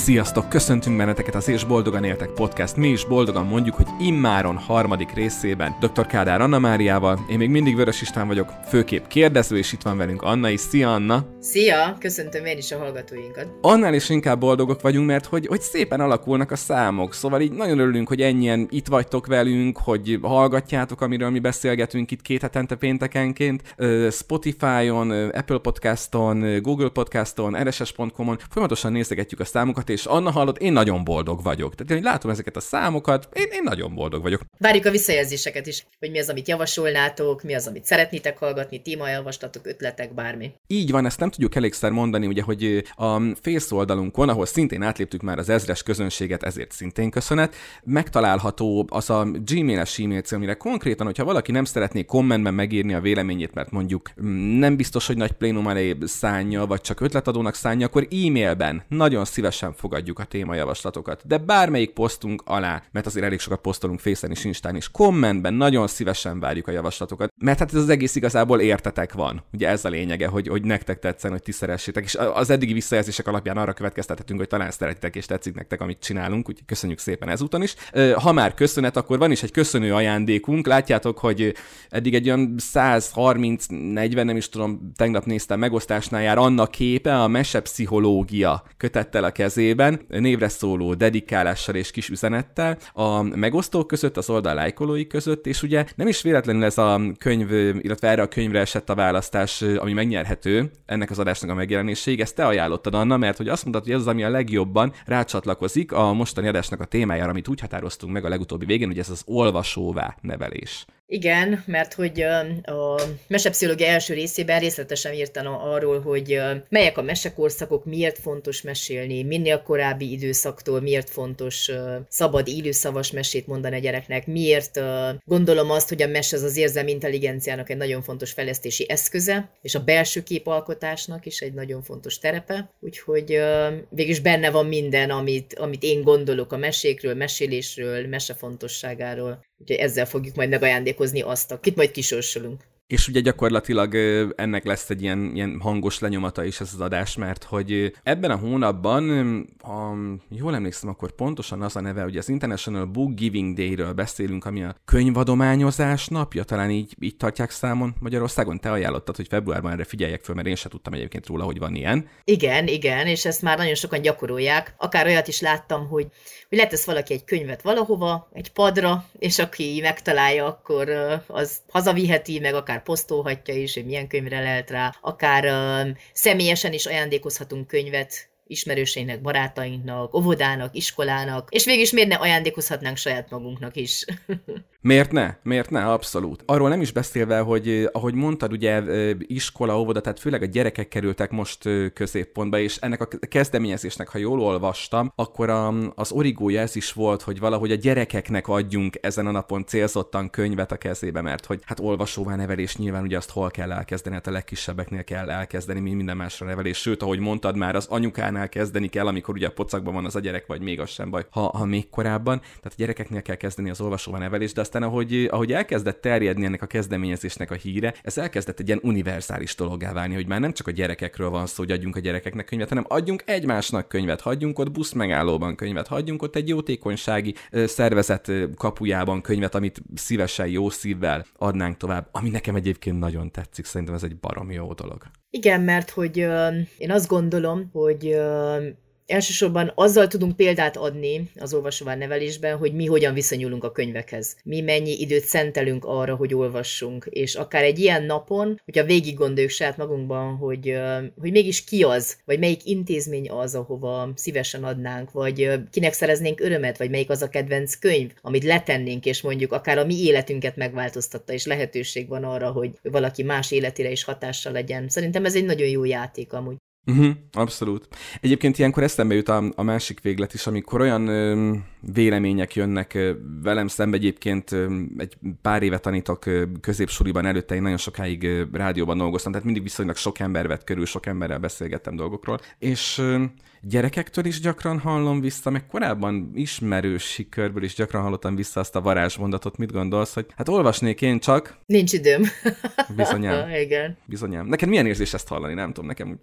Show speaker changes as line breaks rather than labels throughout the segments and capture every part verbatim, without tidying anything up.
Sziasztok! Köszöntünk benneteket az És Boldogan Éltek podcast. Mi is boldogan mondjuk, hogy immáron harmadik részében doktor Kádár Anna Máriával. Én még mindig Vörös István vagyok, főképp kérdező, és itt van velünk Anna is. Szia, Anna!
Szia! Köszöntöm én is a hallgatóinkat.
Annál is inkább boldogok vagyunk, mert hogy, hogy szépen alakulnak a számok, szóval így nagyon örülünk, hogy ennyien itt vagytok velünk, hogy hallgatjátok, amiről mi beszélgetünk itt két hetente péntekenként. Spotify-on, Apple Podcaston, Google Podcaston, er es es pont com-on folyamatosan nézegetjük a számokat, és Anna hallott, én nagyon boldog vagyok. Tehát én látom ezeket a számokat, én, én nagyon boldog vagyok.
Várjuk a visszajelzéseket is, hogy mi az, amit javasolnátok, mi az, amit szeretnétek hallgatni, témajavaslatok, ötletek, bármi.
Így van, ezt nem tudjuk elégszer mondani, ugye, hogy a Face oldalunkon, ahol szintén átléptük már az ezres közönséget, ezért szintén köszönet, megtalálható az a Gmail-es e-mail cél, amire konkrétan, hogyha valaki nem szeretné kommentben megírni a véleményét, mert mondjuk nem biztos, hogy nagy plénum elé szánja, vagy csak ötletadónak szánja, akkor e-mailben nagyon szívesen fogadjuk a témajavaslatokat. De bármelyik posztunk alá, mert azért elég sokat posztolunk Face-en és Instán is, kommentben nagyon szívesen várjuk a javaslatokat, mert hát ez az egész igazából értetek van. Ugye ez a lényege, hogy, hogy nektek tetszen, hogy ti szeressétek, és az eddigi visszajelzések alapján arra következtethetünk, hogy talán szeretitek és tetszik nektek, amit csinálunk, úgyhogy köszönjük szépen ezúton is. Ha már köszönet, akkor van is egy köszönő ajándékunk. Látjátok, hogy eddig egy olyan száz harminc negyven, nem is tudom, tegnap néztem, megosztásnál jár Anna képe, a mesepszichológia kötettel a kezében, névre szóló dedikálással és kis üzenettel a megosztók között, az oldal lájkolói között, és ugye nem is véletlenül ez a könyv, illetve erre a könyvre esett a választás, ami megnyerhető, ennek az adásnak a megjelenéséig. Ezt te ajánlottad, Anna, mert hogy azt mondtad, hogy ez az, ami a legjobban rácsatlakozik a mostani adásnak a témájára, amit úgy határoztunk meg a legutóbbi végén, hogy ez az olvasóvá nevelés.
Igen, mert hogy a mesepszichológia első részében részletesen írtam arról, hogy melyek a mesekorszakok, miért fontos mesélni, minél korábbi időszaktól, miért fontos szabad, élőszavas mesét mondani a gyereknek, miért gondolom azt, hogy a mese az az érzelmi intelligenciának egy nagyon fontos fejlesztési eszköze, és a belső képalkotásnak is egy nagyon fontos terepe, úgyhogy végülis benne van minden, amit, amit én gondolok a mesékről, mesélésről, mese fontosságáról. Úgyhogy ezzel fogjuk majd megajándékozni azt, akit majd kisorsolunk.
És ugye gyakorlatilag ennek lesz egy ilyen, ilyen hangos lenyomata is ez az adás, mert hogy ebben a hónapban, ha jól emlékszem, akkor pontosan az a neve, hogy az International Book Giving Day-ről beszélünk, ami a könyvadományozás napja, talán így, így tartják számon Magyarországon. Te ajánlottad, hogy februárban erre figyeljek föl, mert én sem tudtam egyébként róla, hogy van ilyen.
Igen, igen, és ezt már nagyon sokan gyakorolják. Akár olyat is láttam, hogy, hogy letesz valaki egy könyvet valahova, egy padra, és aki megtalálja, akkor az hazaviheti, meg akár posztolhatja is, hogy milyen könyvre lehet rá, akár um, személyesen is ajándékozhatunk könyvet ismerőseinknek, barátainknak, óvodának, iskolának, és végig is miért ne ajándékozhatnánk saját magunknak is.
Miért ne? Miért ne? Abszolút. Arról nem is beszélve, hogy ahogy mondtad, ugye iskola, óvoda, tehát főleg a gyerekek kerültek most középpontba, és ennek a kezdeményezésnek, ha jól olvastam, akkor a, az origója ez is volt, hogy valahogy a gyerekeknek adjunk ezen a napon célzottan könyvet a kezébe, mert hogy hát olvasóvá nevelés nyilván ugye azt hol kell elkezdeni, hát a legkisebbeknél kell elkezdeni, mint minden másra nevelés, sőt, ahogy mondtad már, az anyukánál kezdeni kell, amikor ugye a pocakban van az a gyerek, vagy még az sem baj, ha, ha még korábban, tehát a gyerekeknél kell kezdeni az olvasóvá nevelést, de aztán ahogy, ahogy elkezdett terjedni ennek a kezdeményezésnek a híre, ez elkezdett egy ilyen univerzális dologgá válni, hogy már nem csak a gyerekekről van szó, hogy adjunk a gyerekeknek könyvet, hanem adjunk egymásnak könyvet, hagyjunk ott buszmegállóban könyvet, hagyjunk ott egy jótékonysági szervezet kapujában könyvet, amit szívesen, jó szívvel adnánk tovább, ami nekem egyébként nagyon tetszik, szerintem ez egy baromi jó dolog.
Igen, mert hogy uh, én azt gondolom, hogy uh, elsősorban azzal tudunk példát adni az olvasóvá nevelésben, hogy mi hogyan viszonyulunk a könyvekhez. Mi mennyi időt szentelünk arra, hogy olvassunk, és akár egy ilyen napon, hogyha végig gondoljuk saját magunkban, hogy, hogy mégis ki az, vagy melyik intézmény az, ahova szívesen adnánk, vagy kinek szereznénk örömet, vagy melyik az a kedvenc könyv, amit letennénk, és mondjuk akár a mi életünket megváltoztatta, és lehetőség van arra, hogy valaki más életére is hatással legyen. Szerintem ez egy nagyon jó játék amúgy.
Uh-huh, abszolút. Egyébként ilyenkor eszembe jut a, a másik véglet is, amikor olyan ö, vélemények jönnek ö, velem szembe, egyébként ö, egy pár éve tanítok ö, középsuliban, előtte én nagyon sokáig ö, rádióban dolgoztam, tehát mindig viszonylag sok ember vett körül, sok emberrel beszélgettem dolgokról, és ö, gyerekektől is gyakran hallom vissza, meg korábban ismerősi körből is gyakran hallottam vissza azt a varázsmondatot. Mit gondolsz, hogy hát olvasnék én csak...
Nincs időm.
Bizonyám.
Igen.
Bizonyám. Neked milyen érzés ezt hallani? Nem tudom, nekem, nekem úgy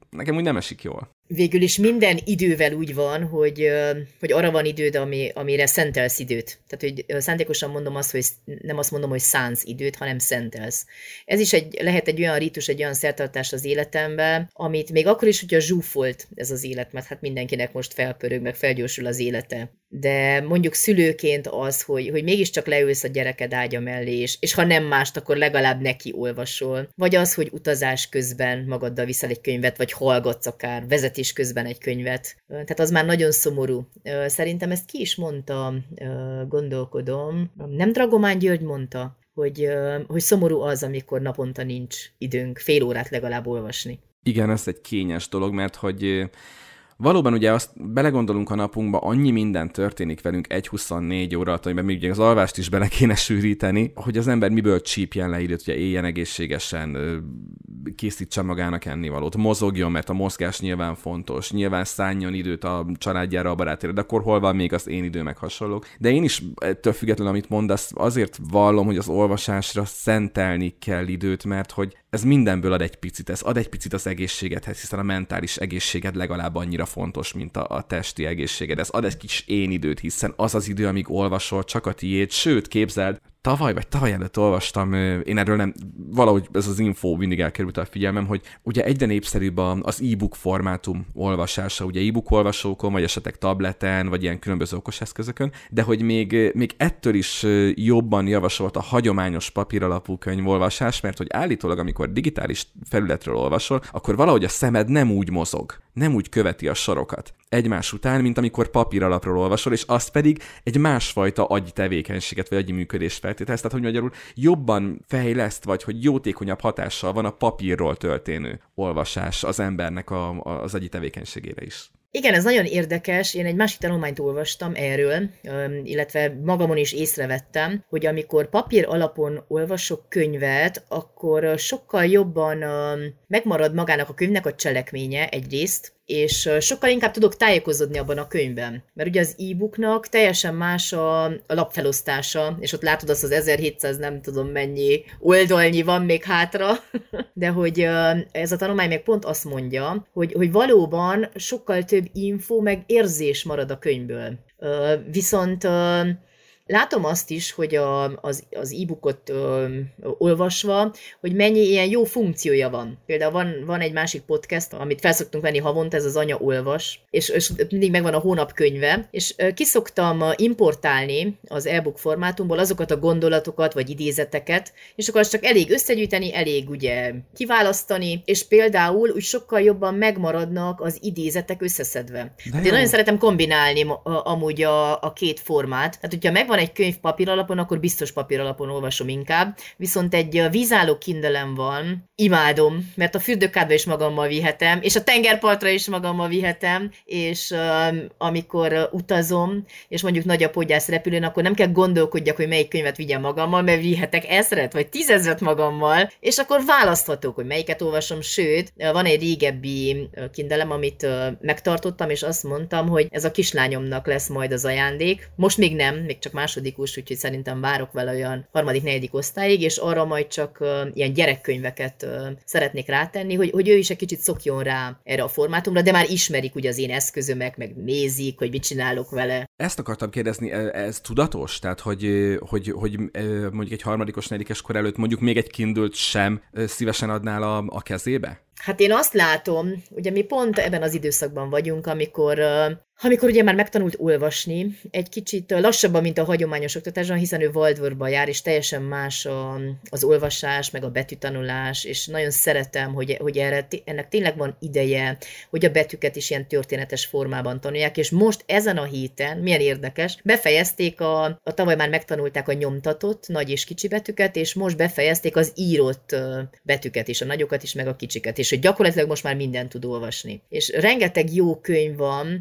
nem esik jól.
Végül is minden idővel úgy van, hogy, hogy arra van időd, ami, amire szentelsz időt. Tehát, hogy szándékosan mondom azt, hogy nem azt mondom, hogy szánsz időt, hanem szentelsz. Ez is egy, lehet egy olyan rítus, egy olyan szertartás az életemben, amit még akkor is, hogyha zsúfolt ez az élet, mert hát mindenkinek most felpörög, meg felgyorsul az élete. De mondjuk szülőként az, hogy, hogy mégiscsak leülsz a gyereked ágya mellé, és, és ha nem mást, akkor legalább neki olvasol. Vagy az, hogy utazás közben magaddal viszel egy könyvet, vagy hallgatsz akár vezetés közben egy könyvet. Tehát az már nagyon szomorú. Szerintem ezt ki is mondta, gondolkodom. Nem Dragomán György mondta, hogy, hogy szomorú az, amikor naponta nincs időnk fél órát legalább olvasni.
Igen, ez egy kényes dolog, mert hogy valóban ugye azt belegondolunk a napunkba, annyi minden történik velünk egy huszonnégy óra alatt, amiben még ugye az alvást is bele kéne sűríteni, hogy az ember miből csípjen le időt, ugye éljen egészségesen, készítsen magának ennivalót, mozogjon, mert a mozgás nyilván fontos, nyilván szálljon időt a családjára, a barátjára, de akkor hol van még az én idő, meg hasonlók. De én is ettől függetlenül, amit mondasz, azért vallom, hogy az olvasásra szentelni kell időt, mert hogy ez mindenből ad egy picit, ez ad egy picit az egészségedhez, hiszen a mentális egészséged legalább annyira fontos, mint a, a testi egészséged. Ez ad egy kis én időt, hiszen az az idő, amíg olvasol, csak a tiéd, sőt, képzeld, tavaly vagy tavaly előtt olvastam, én erről nem, valahogy ez az info mindig elkerült a figyelmem, hogy ugye egyre népszerűbb az e-book formátum olvasása, ugye e-book olvasókon, vagy esetleg tableten, vagy ilyen különböző okos eszközökön, de hogy még, még ettől is jobban javasolt a hagyományos papíralapú könyvolvasás, mert hogy állítólag, amikor digitális felületről olvasol, akkor valahogy a szemed nem úgy mozog, nem úgy követi a sorokat egymás után, mint amikor papíralapról olvasol, és az pedig egy másfajta agyi tevékenységet, vagy agyi működést feltételez, tehát hogy magyarul jobban fejleszt, vagy hogy jótékonyabb hatással van a papírról történő olvasás az embernek a, az agyi tevékenységére is.
Igen, ez nagyon érdekes. Én egy másik tanulmányt olvastam erről, illetve magamon is észrevettem, hogy amikor papír alapon olvasok könyvet, akkor sokkal jobban megmarad magának a könyvnek a cselekménye egyrészt, és sokkal inkább tudok tájékozódni abban a könyvben. Mert ugye az e-booknak teljesen más a, a lapfelosztása, és ott látod azt az ezerhétszáz nem tudom mennyi oldalnyi van még hátra, de hogy ez a tanulmány meg pont azt mondja, hogy, hogy valóban sokkal több info meg érzés marad a könyvből. Viszont látom azt is, hogy a, az, az e-bookot ö, olvasva, hogy mennyi ilyen jó funkciója van. Például van, van egy másik podcast, amit felszoktunk venni havonta, ez az Anya Olvas, és, és mindig megvan a hónapkönyve, és ö, kiszoktam importálni az e-book formátumból azokat a gondolatokat, vagy idézeteket, és akkor azt csak elég összegyűjteni, elég ugye kiválasztani, és például úgy sokkal jobban megmaradnak az idézetek összeszedve. Hát én nagyon szeretem kombinálni amúgy a, a két formát. Tehát, hogyha megvan egy könyv papíralapon, akkor biztos papíralapon olvasom inkább, viszont egy vízálló Kindle-em van, imádom, mert a fürdőkádba is magammal vihetem, és a tengerpartra is magammal vihetem, és um, amikor uh, utazom, és mondjuk nagyapodgyász repülőn, akkor nem kell gondolkodjak, hogy melyik könyvet vigyem magammal, mert vihetek ezret, vagy tízezret magammal, és akkor választhatok, hogy melyiket olvasom, sőt, van egy régebbi Kindle-em, amit uh, megtartottam, és azt mondtam, hogy ez a kislányomnak lesz majd az ajándék. Most még nem, még csak másodikus, úgyhogy szerintem várok vele olyan harmadik, negyedik osztályig, és arra majd csak uh, ilyen gyerekkönyveket uh, szeretnék rátenni, hogy, hogy ő is egy kicsit szokjon rá erre a formátumra, de már ismerik ugye az én eszközömet, meg nézik, hogy mit csinálok vele.
Ezt akartam kérdezni, ez tudatos? Tehát, hogy, hogy, hogy mondjuk egy harmadikos, negyedikes kor előtt mondjuk még egy Kindle-t sem szívesen adnál a, a kezébe?
Hát én azt látom, ugye mi pont ebben az időszakban vagyunk, amikor, amikor ugye már megtanult olvasni, egy kicsit lassabban, mint a hagyományos oktatásban, hiszen ő Waldorfba jár, és teljesen más a, az olvasás, meg a betűtanulás, és nagyon szeretem, hogy, hogy erre, ennek tényleg van ideje, hogy a betűket is ilyen történetes formában tanulják, és most ezen a héten, milyen érdekes, befejezték a, a tavaly már megtanulták a nyomtatott nagy és kicsi betűket, és most befejezték az írott betűket is, a nagyokat is, meg a kicsiket is, hogy gyakorlatilag most már mindent tud olvasni. És rengeteg jó könyv van, ez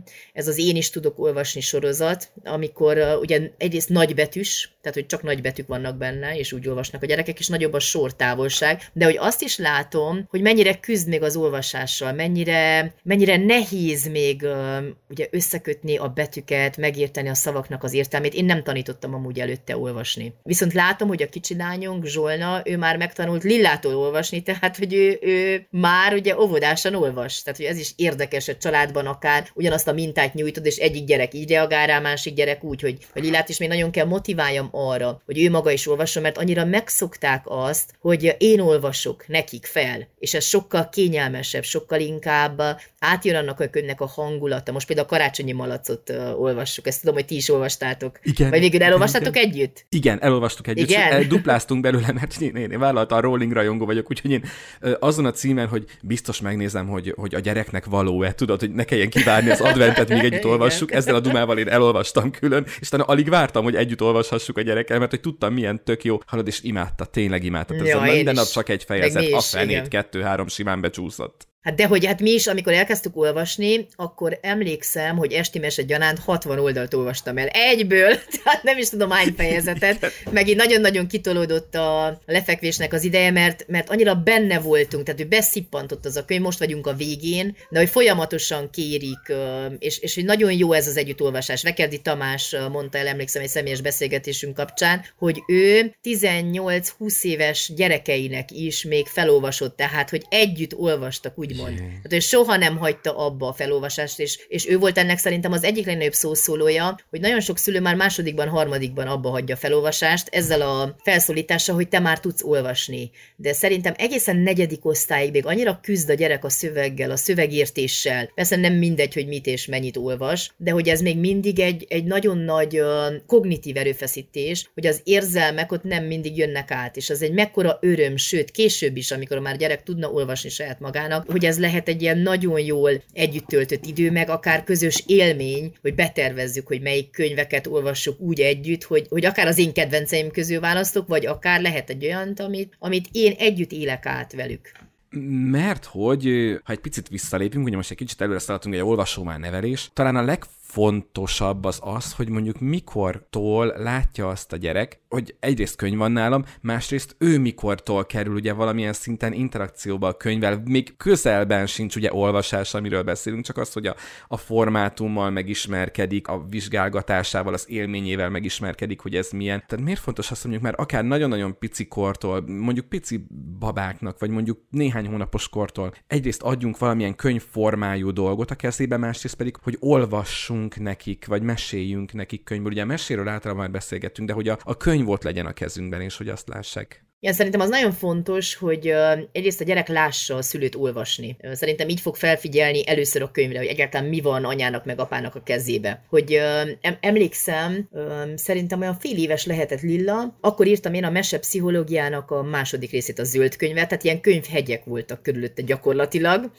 az Én is tudok olvasni sorozat, amikor uh, ugye egyrészt nagybetűs, tehát hogy csak nagybetűk vannak benne, és úgy olvasnak a gyerekek, és nagyobb a sortávolság, de hogy azt is látom, hogy mennyire küzd még az olvasással, mennyire, mennyire nehéz még uh, ugye összekötni a betűket, megérteni a szavaknak az értelmét. Én nem tanítottam amúgy előtte olvasni. Viszont látom, hogy a kicsi lányunk, Zsolna, ő már megtanult Lillától olvasni, tehát hogy ő, ő már ugye óvodásan olvas. Tehát hogy ez is érdekes, a családban akár ugyanazt a mintát nyújtod, és egyik gyerek így reagál rá, másik gyerek úgy, hogy a Lillát is még nagyon kell motiváljam arra, hogy ő maga is olvasson, mert annyira megszokták azt, hogy én olvasok nekik fel, és ez sokkal kényelmesebb, sokkal inkább átjön annak a könyvnek a hangulata. Most például a Karácsonyi Malacot uh, olvassuk, ezt tudom, hogy ti is olvastátok.
Igen.
Vagy végül elolvastatok
igen.
együtt?
Igen, elolvastuk együtt. Igen? Dupláztunk belőle, mert én, én, én vállalta a Rowling rajongó vagyok, úgyhogy én azon a címen, hogy biztos megnézem, hogy, hogy a gyereknek való-e, tudod, hogy ne kelljen kivárni az adventet, míg együtt olvassuk. Ezzel a dumával én elolvastam külön, és utána alig vártam, hogy együtt olvashassuk a gyerekkel, mert hogy tudtam, milyen tök jó. Hallod, és imádta, tényleg imádta. Ja, ez minden nap csak egy fejezet, a fenét, kettő-három simán becsúszott.
Hát dehogy, hát mi is, amikor elkezdtük olvasni, akkor emlékszem, hogy Esti Mese gyanánt hatvan oldalt olvastam el. Egyből, tehát nem is tudom hány fejezetet, meg így nagyon-nagyon kitolódott a lefekvésnek az ideje, mert, mert annyira benne voltunk, tehát hogy beszippantott az a könyv, most vagyunk a végén, de hogy folyamatosan kérik, és, és hogy nagyon jó ez az együttolvasás. Vekerdi Tamás mondta el, emlékszem, egy személyes beszélgetésünk kapcsán, hogy ő tizennyolc-húsz éves gyerekeinek is még felolvasott, tehát hogy együtt olvastak, úgy mond. Tehát ő soha nem hagyta abba a felolvasást, és, és ő volt ennek szerintem az egyik legnagyobb szószólója, hogy nagyon sok szülő már másodikban, harmadikban abba hagyja a felolvasást, ezzel a felszólítással, hogy te már tudsz olvasni. De szerintem egészen negyedik osztályig még annyira küzd a gyerek a szöveggel, a szövegértéssel. Persze nem mindegy, hogy mit és mennyit olvas, de hogy ez még mindig egy, egy nagyon nagy uh, kognitív erőfeszítés, hogy az érzelmek ott nem mindig jönnek át, és az egy mekkora öröm, sőt később is, amikor már gyerek tudna olvasni saját magának, hogy ez lehet egy ilyen nagyon jól együtt töltött idő, meg akár közös élmény, hogy betervezzük, hogy melyik könyveket olvassuk úgy együtt, hogy, hogy akár az én kedvenceim közül választok, vagy akár lehet egy olyant, amit, amit én együtt élek át velük.
Mert hogy, ha egy picit visszalépünk, ugye most egy kicsit előre szaladtunk, egy olvasómár nevelés, talán a legfontosabb az az, hogy mondjuk mikortól látja azt a gyerek, hogy egyrészt könyv van nálam, másrészt ő mikortól kerül ugye valamilyen szinten interakcióba a könyvvel, még közelben sincs ugye olvasás, amiről beszélünk, csak az, hogy a, a formátummal megismerkedik, a vizsgálgatásával, az élményével megismerkedik, hogy ez milyen. Tehát miért fontos azt mondjuk, mert akár nagyon-nagyon pici kortól, mondjuk pici babáknak, vagy mondjuk néhány hónapos kortól egyrészt adjunk valamilyen könyvformájú dolgot a kezébe, másrészt pedig, hogy olvassunk nekik, vagy meséljünk nekik könyvből. Ugye a meséről általában már beszélgettünk, de hogy a, a könyv ott legyen a kezünkben, és hogy azt lássák.
Ja, szerintem az nagyon fontos, hogy uh, egyrészt a gyerek lássa a szülőt olvasni. Uh, szerintem így fog felfigyelni először a könyvre, hogy egyáltalán mi van anyának meg apának a kezébe. Hogy uh, em- emlékszem, uh, szerintem olyan fél éves lehetett Lilla, akkor írtam én a mesepszichológiának a második részét, a zöld könyvet, tehát ilyen könyvhegyek voltak körülötte gyakorlatilag,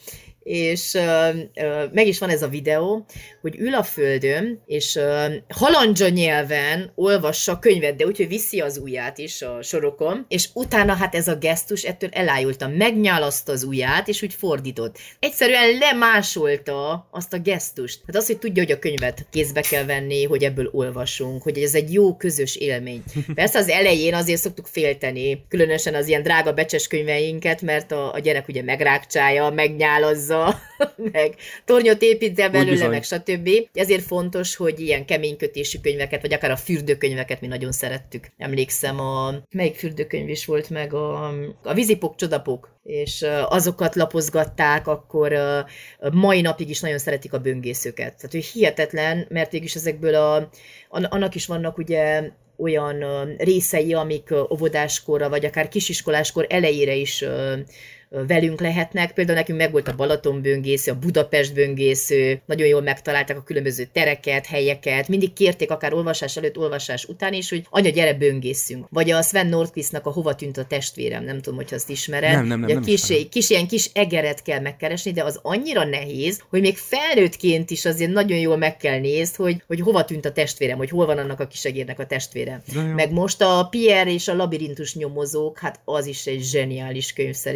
és uh, uh, meg is van ez a videó, hogy ül a földön, és uh, halandzsa nyelven olvassa a könyvet, de úgyhogy viszi az ujját is a sorokon, és utána hát ez a gesztus, ettől elájultam, megnyálaszta az ujját, és úgy fordított. Egyszerűen lemásolta azt a gesztust. Hát az, hogy tudja, hogy a könyvet kézbe kell venni, hogy ebből olvasunk, hogy ez egy jó közös élmény. Persze az elején azért szoktuk félteni, különösen az ilyen drága becses könyveinket, mert a, a gyerek ugye megrákcsálja, megnyálazza, meg tornyot épít el belőle, meg stb. Ezért fontos, hogy ilyen keménykötésű könyveket, vagy akár a fürdőkönyveket mi nagyon szerettük. Emlékszem, a melyik fürdőkönyv is volt meg, a, a Vízipok, Csodapok, és azokat lapozgatták, akkor mai napig is nagyon szeretik a böngészőket. Tehát, hogy hihetetlen, mert végülis ezekből a, annak is vannak ugye olyan részei, amik óvodáskorra, vagy akár kisiskoláskor elejére is velünk lehetnek. Például nekünk megvolt a Balaton böngésző, a Budapest böngésző, nagyon jól megtalálták a különböző tereket, helyeket, mindig kérték akár olvasás előtt, olvasás után is, hogy anya, gyere, böngészünk. Vagy a Sven Nordqvistnak a Hova tűnt a testvérem, nem tudom, hogy azt ismered.
Nem, nem, nem, nem
kis, kis, ilyen kis egeret kell megkeresni, de az annyira nehéz, hogy még felnőttként is azért nagyon jól meg kell nézni, hogy, hogy hova tűnt a testvérem, hogy hol van annak a kis egérnek a testvére. Meg most a Pierre és a labirintus nyomozók, hát az is egy zseniális könyv szerintem.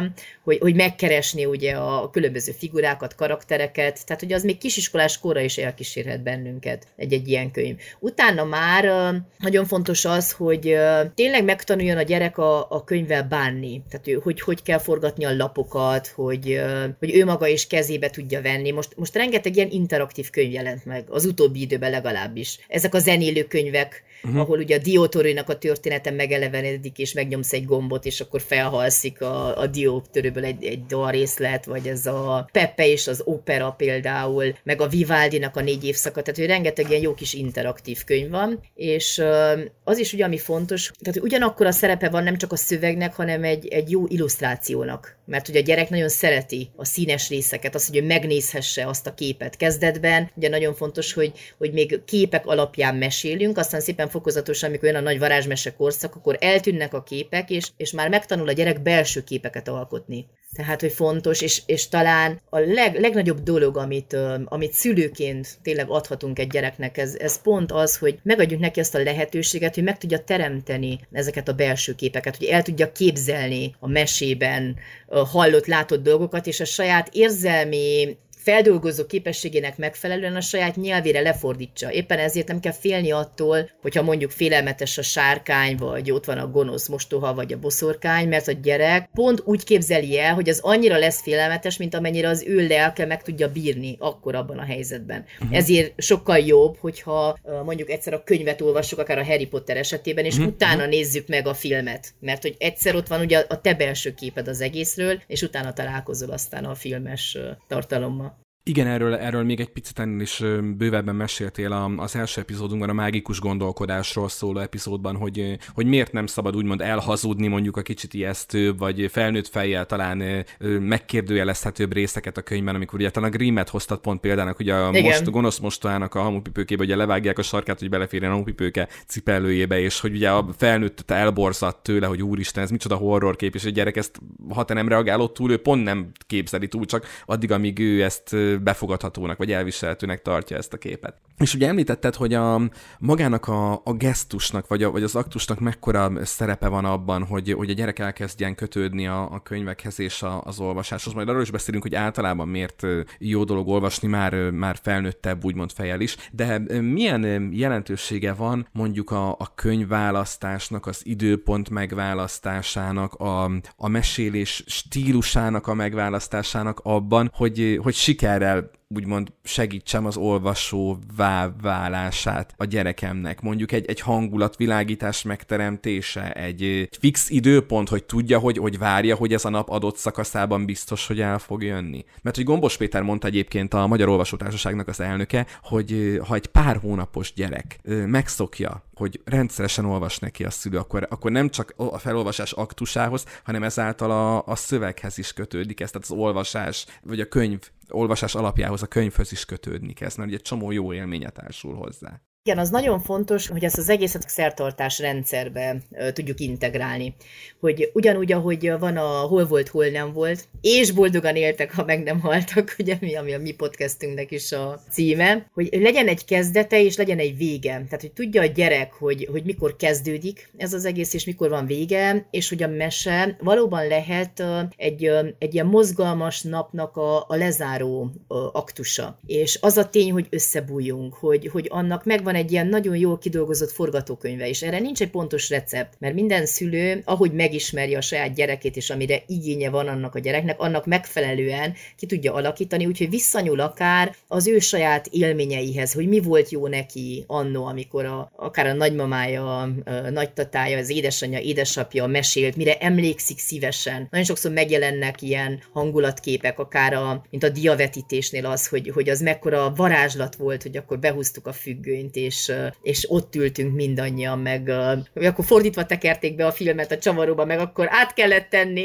könyvem, hogy, hogy megkeresni ugye a különböző figurákat, karaktereket, tehát hogy az még kisiskolás korra is elkísérhet bennünket egy-egy ilyen könyv. Utána már nagyon fontos az, hogy tényleg megtanuljon a gyerek a, a könyvvel bánni, tehát hogy hogy kell forgatni a lapokat, hogy, hogy ő maga is kezébe tudja venni. Most, most rengeteg ilyen interaktív könyv jelent meg, az utóbbi időben legalábbis. Ezek a zenélő könyvek, uh-huh. ahol ugye a diótorőnek a története megelevenedik, és megnyomsz egy gombot, és akkor felhalszik a, a diótörőből egy, egy dalrészlet, vagy ez a Pepe és az opera például, meg a Vivaldinak a négy évszaka, tehát hogy rengeteg ilyen jó kis interaktív könyv van, és az is ugye, ami fontos, tehát ugyanakkor a szerepe van nem csak a szövegnek, hanem egy, egy jó illusztrációnak, mert ugye a gyerek nagyon szereti a színes részeket, azt, hogy ő megnézhesse azt a képet kezdetben, ugye nagyon fontos, hogy, hogy még képek alapján mesélünk, aztán szépen fokozatosan, amikor jön a nagy varázsmese korszak, akkor eltűnnek a képek, és, és már megtanul a gyerek belső képeket alkotni. Tehát, hogy fontos, és, és talán a leg, legnagyobb dolog, amit, amit szülőként tényleg adhatunk egy gyereknek, ez, ez pont az, hogy megadjuk neki azt a lehetőséget, hogy meg tudja teremteni ezeket a belső képeket, hogy el tudja képzelni a mesében hallott, látott dolgokat, és a saját érzelmi feldolgozó képességének megfelelően a saját nyelvére lefordítsa. Éppen ezért nem kell félni attól, hogyha mondjuk félelmetes a sárkány, vagy ott van a gonosz mostoha, vagy a boszorkány, mert a gyerek pont úgy képzeli el, hogy az annyira lesz félelmetes, mint amennyire az ő lelke meg tudja bírni akkor abban a helyzetben. Uh-huh. Ezért sokkal jobb, hogyha mondjuk egyszer a könyvet olvassuk, akár a Harry Potter esetében, és uh-huh. utána nézzük meg a filmet. Mert hogy egyszer ott van ugye a te belső képed az egészről, és utána találkozol aztán a filmes tartalommal.
Igen, erről, erről még egy picit ennél is bővebben meséltél az első epizódunkban, a mágikus gondolkodásról szóló epizódban, hogy, hogy miért nem szabad úgymond elhazudni mondjuk a kicsit ijesztőbb, vagy felnőtt fejjel talán megkérdőjelezhetőbb részeket a könyvben, amikor ugye talán a Grimmet hoztad pont példának, ugye a most, gonosz mostohának a hamupipőkébe, ugye levágják a sarkát, hogy beleférjen a hamupipőke cipellőjébe, és hogy ugye a felnőtt elborzadt tőle, hogy úristen, ez micsoda horrorkép, és a gyerek ezt, ha te nem reagálod túl, ő pont nem képzeli túl, csak addig, amíg ő ezt befogadhatónak, vagy elviselhetőnek tartja ezt a képet. És ugye említetted, hogy a magának a, a gesztusnak, vagy, a, vagy az aktusnak mekkora szerepe van abban, hogy, hogy a gyerek elkezdjen kötődni a, a könyvekhez és a, az olvasáshoz. Majd arról is beszélünk, hogy általában miért jó dolog olvasni már, már felnőttebb, úgymond fejjel is, de milyen jelentősége van mondjuk a, a könyvválasztásnak, az időpont megválasztásának, a, a mesélés stílusának a megválasztásának abban, hogy, hogy sikerrel úgymond segítsem az olvasóvá válását a gyerekemnek. Mondjuk egy, egy hangulatvilágítás megteremtése, egy, egy fix időpont, hogy tudja, hogy, hogy várja, hogy ez a nap adott szakaszában biztos, hogy el fog jönni. Mert hogy Gombos Péter mondta egyébként, a Magyar Olvasótársaságnak az elnöke, hogy ha egy pár hónapos gyerek megszokja, hogy rendszeresen olvas neki a szülő, akkor, akkor nem csak a felolvasás aktusához, hanem ezáltal a, a szöveghez is kötődik ez, tehát az olvasás, vagy a könyv olvasás alapjához, a könyvhöz is kötődni kezd, mert ugye egy csomó jó élménye társul hozzá.
Igen, az nagyon fontos, hogy ezt az egészet szertartás rendszerbe uh, tudjuk integrálni. Hogy ugyanúgy, ahogy van a hol volt, hol nem volt, és boldogan éltek, ha meg nem haltak, ugye, mi, ami a mi podcastünknek is a címe, hogy legyen egy kezdete, és legyen egy vége. Tehát, hogy tudja a gyerek, hogy, hogy mikor kezdődik ez az egész, és mikor van vége, és hogy a mese valóban lehet uh, egy, uh, egy ilyen mozgalmas napnak a, a lezáró uh, aktusa. És az a tény, hogy összebújjunk, hogy, hogy annak megvan egy ilyen nagyon jól kidolgozott forgatókönyve, és erre nincs egy pontos recept, mert minden szülő, ahogy megismeri a saját gyerekét, és amire igénye van annak a gyereknek, annak megfelelően ki tudja alakítani, úgyhogy visszanyúl akár az ő saját élményeihez, hogy mi volt jó neki annó, amikor a, akár a nagymamája, a nagytatája, az édesanyja, édesapja mesélt, mire emlékszik szívesen. Nagyon sokszor megjelennek ilyen hangulatképek, akár a, mint a diavetítésnél az, hogy, hogy az mekkora varázslat volt, hogy akkor behúztuk a függönyt, és, és ott ültünk mindannyian, meg akkor fordítva tekerték be a filmet a csavaróba, meg akkor át kellett tenni.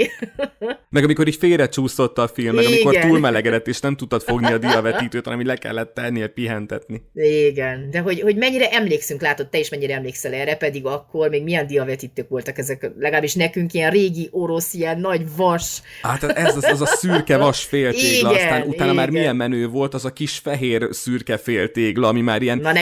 Meg amikor így félrecsúszott a film, meg amikor túlmelegedett, és nem tudtad fogni a diavetítőt, hanem így le kellett tennie, pihentetni.
Igen, de hogy, hogy mennyire emlékszünk, látod, te is mennyire emlékszel erre, pedig akkor még milyen diavetítők voltak ezek, legalábbis nekünk ilyen régi orosz, ilyen nagy vas.
Hát ez az, az a szürke vas féltégla, aztán utána igen. Már milyen menő volt az a kis fehér szürke féltégla, ami már ilyen
Na nekünk már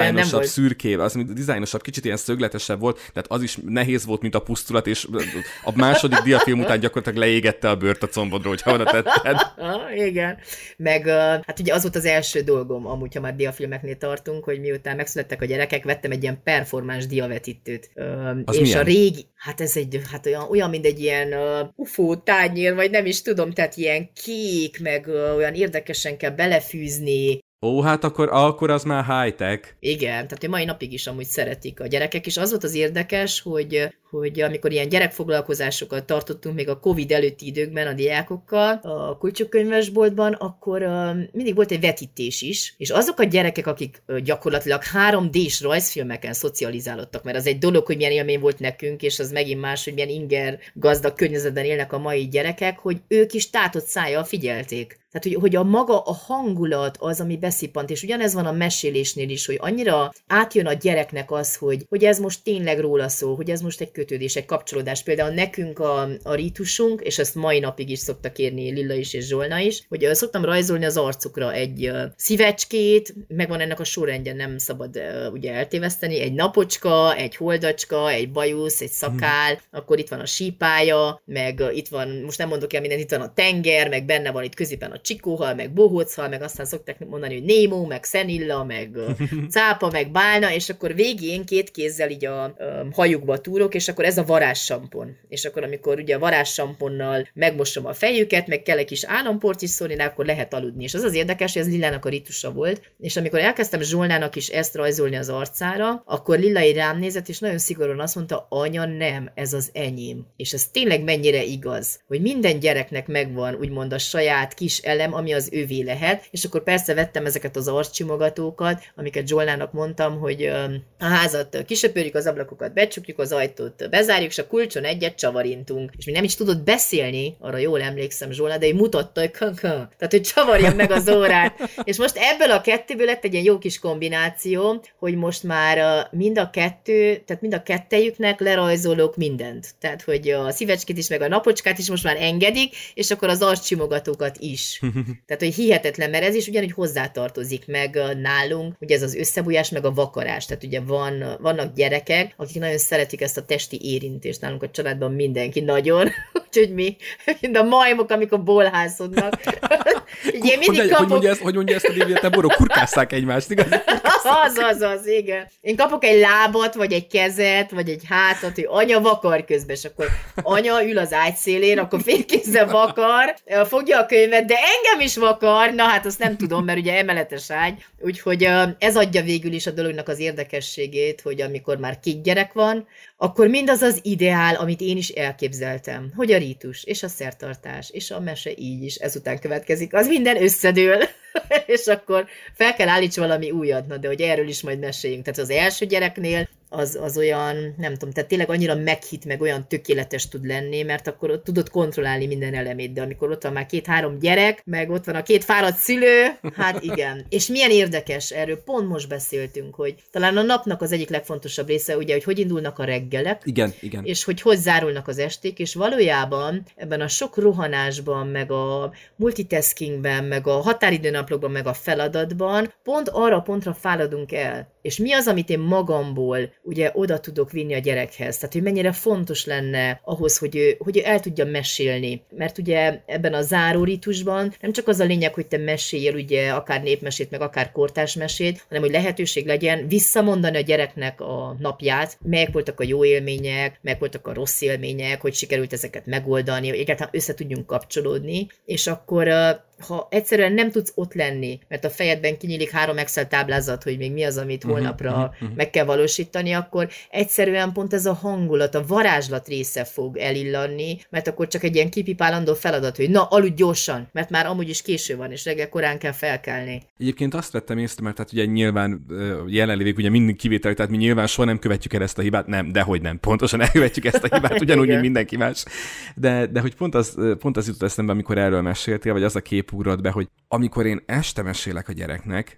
dizájnosabb, szürkébb, az dizájnosabb, kicsit ilyen szögletesebb volt, tehát az is nehéz volt, mint a pusztulat, és a második diafilm után gyakorlatilag leégette a bőrt a combodról, hogyha oda tetted.
Ah, igen. Meg hát ugye az volt az első dolgom, amúgy, ha már diafilmeknél tartunk, hogy miután megszülettek a gyerekek, vettem egy ilyen performance diavetítőt.
Az
és
milyen?
A régi, hát ez egy, hát olyan, olyan mint egy ilyen uh, ufó tányér, vagy nem is tudom, tehát ilyen kék, meg uh, olyan érdekesen kell belefűzni.
Ó, hát akkor, akkor az már high-tech.
Igen, tehát hogy mai napig is amúgy szeretik a gyerekek, és az volt az érdekes, hogy, hogy amikor ilyen gyerekfoglalkozásokat tartottunk még a Covid előtti időkben a diákokkal a kulcsokkönyvesboltban, akkor uh, mindig volt egy vetítés is, és azok a gyerekek, akik uh, gyakorlatilag három dés rajzfilmeken szocializálódtak, mert az egy dolog, hogy milyen élmény volt nekünk, és az megint más, hogy milyen inger gazdag környezetben élnek a mai gyerekek, hogy ők is tátott szájjal figyelték. Tehát, hogy, hogy a maga, a hangulat az, ami beszippant, és ugyanez van a mesélésnél is, hogy annyira átjön a gyereknek az, hogy, hogy ez most tényleg róla szól, hogy ez most egy kötődés, egy kapcsolódás. Például nekünk a, a rítusunk, és ezt mai napig is szoktak kérni Lilla is és Zsolna is, hogy uh, szoktam rajzolni az arcukra egy uh, szívecskét, megvan ennek a sorrendje, nem szabad uh, ugye eltéveszteni, egy napocska, egy holdacska, egy bajusz, egy szakál, hmm. akkor itt van a sípája, meg uh, itt van, most nem mondok el mindent, itt van a tenger, meg benne van itt középen a csikóhal, meg bohóchal, meg aztán szokták mondani, hogy Némó, meg Szenilla, meg cápa, meg bálna, és akkor végén két kézzel így a, a hajukba túrok, és akkor ez a varázssampon. És akkor amikor ugye a varázssamponnal megmosom a fejüket, meg kell egy kis államport is szólni, akkor lehet aludni. És az az érdekes, hogy ez Lillának a ritusa volt, és amikor elkezdtem Zsolnának is ezt rajzolni az arcára, akkor Lilla így rám nézett, és nagyon szigorúan azt mondta, anya, nem, ez az enyém. És ez tényleg mennyire igaz, hogy minden gyereknek megvan úgymond a saját kis elem, ami az ővé lehet, és akkor persze vettem ezeket az arccsimogatókat, amiket Zsolnának mondtam, hogy a házat kisöpörjük, az ablakokat becsukjuk, az ajtót bezárjuk, és a kulcson egyet csavarintunk. És mi nem is tudott beszélni, arra jól emlékszem Zsolna, de így mutatta, hogy kaka, tehát hogy csavarjam meg az órát. És most ebből a kettőből lett egy ilyen jó kis kombináció, hogy most már mind a kettő, tehát mind a kettejüknek lerajzolok mindent. Tehát, hogy a szívecskét is, meg a napocskát is most már engedik, és akkor az arccsimogatókat is. Tehát, hogy hihetetlen, mert ez is ugyanúgy hozzátartozik meg nálunk, ugye ez az összebújás, meg a vakarás. Tehát ugye van, vannak gyerekek, akik nagyon szeretik ezt a testi érintést. Nálunk a családban mindenki nagyon, úgyhogy mi, mind a majmok, amikor bolhászodnak. Ugye,
hogy, kapok... hogy, mondja ezt, hogy mondja ezt a Lívia, te borok, kurkásszák egymást, igaz?
Az, az, az, igen. Én kapok egy lábat, vagy egy kezet, vagy egy hátat, hogy anya vakar közben, és akkor anya ül az ágy szélén, akkor félkézzel vakar, fogja a könyvet, de engem is vakar, na hát azt nem tudom, mert ugye emeletes ágy, úgyhogy ez adja végül is a dolognak az érdekességét, hogy amikor már két gyerek van, akkor mindaz az ideál, amit én is elképzeltem, hogy a rítus, és a szertartás, és a mese így is, ezután következik, az minden összedől, és akkor fel kell állíts valami újat, na, de hogy erről is majd meséljünk. Tehát az első gyereknél az, az olyan, nem tudom, tehát tényleg annyira meghitt, meg olyan tökéletes tud lenni, mert akkor ott tudod kontrollálni minden elemét, de amikor ott van már két-három gyerek, meg ott van a két fáradt szülő, hát igen. És milyen érdekes, erről pont most beszéltünk, hogy talán a napnak az egyik legfontosabb része, ugye, hogy hogy indulnak a reggelek,
igen, igen.
és hogy hogy zárulnak az esték, és valójában ebben a sok rohanásban, meg a multitaskingben, meg a határidőnaplókban, meg a feladatban pont arra pontra fáradunk el. És mi az, amit én magamból ugye oda tudok vinni a gyerekhez? Tehát, hogy mennyire fontos lenne ahhoz, hogy ő, hogy ő el tudja mesélni. Mert ugye ebben a záróritusban nem csak az a lényeg, hogy te meséljél ugye akár népmesét, meg akár kortárs mesét, hanem hogy lehetőség legyen visszamondani a gyereknek a napját, melyek voltak a jó élmények, melyek voltak a rossz élmények, hogy sikerült ezeket megoldani, hogy egyáltalán össze tudjunk kapcsolódni, és akkor ha egyszerűen nem tudsz ott lenni, mert a fejedben kinyílik három Excel táblázat, hogy még mi az, amit holnapra uh-huh, uh-huh. meg kell valósítani, akkor egyszerűen pont ez a hangulat, a varázslat része fog elillanni, mert akkor csak egy ilyen kipipálandó feladat, hogy na, aludj gyorsan, mert már amúgy is késő van, és reggel korán kell felkelni.
Egyébként azt vettem észre, mert hát ugye nyilván jelenlévők, ugye mindig kivétel, tehát mi nyilván soha nem követjük el ezt a hibát, nem, dehogy nem, pontosan elkövetjük ezt a hibát, ugyanúgy, mint mindenki más. De, de hogy pont az, pont az jutott eszembe, amikor erről meséltél, vagy az a kép ugrott be, hogy amikor én este mesélek a gyereknek,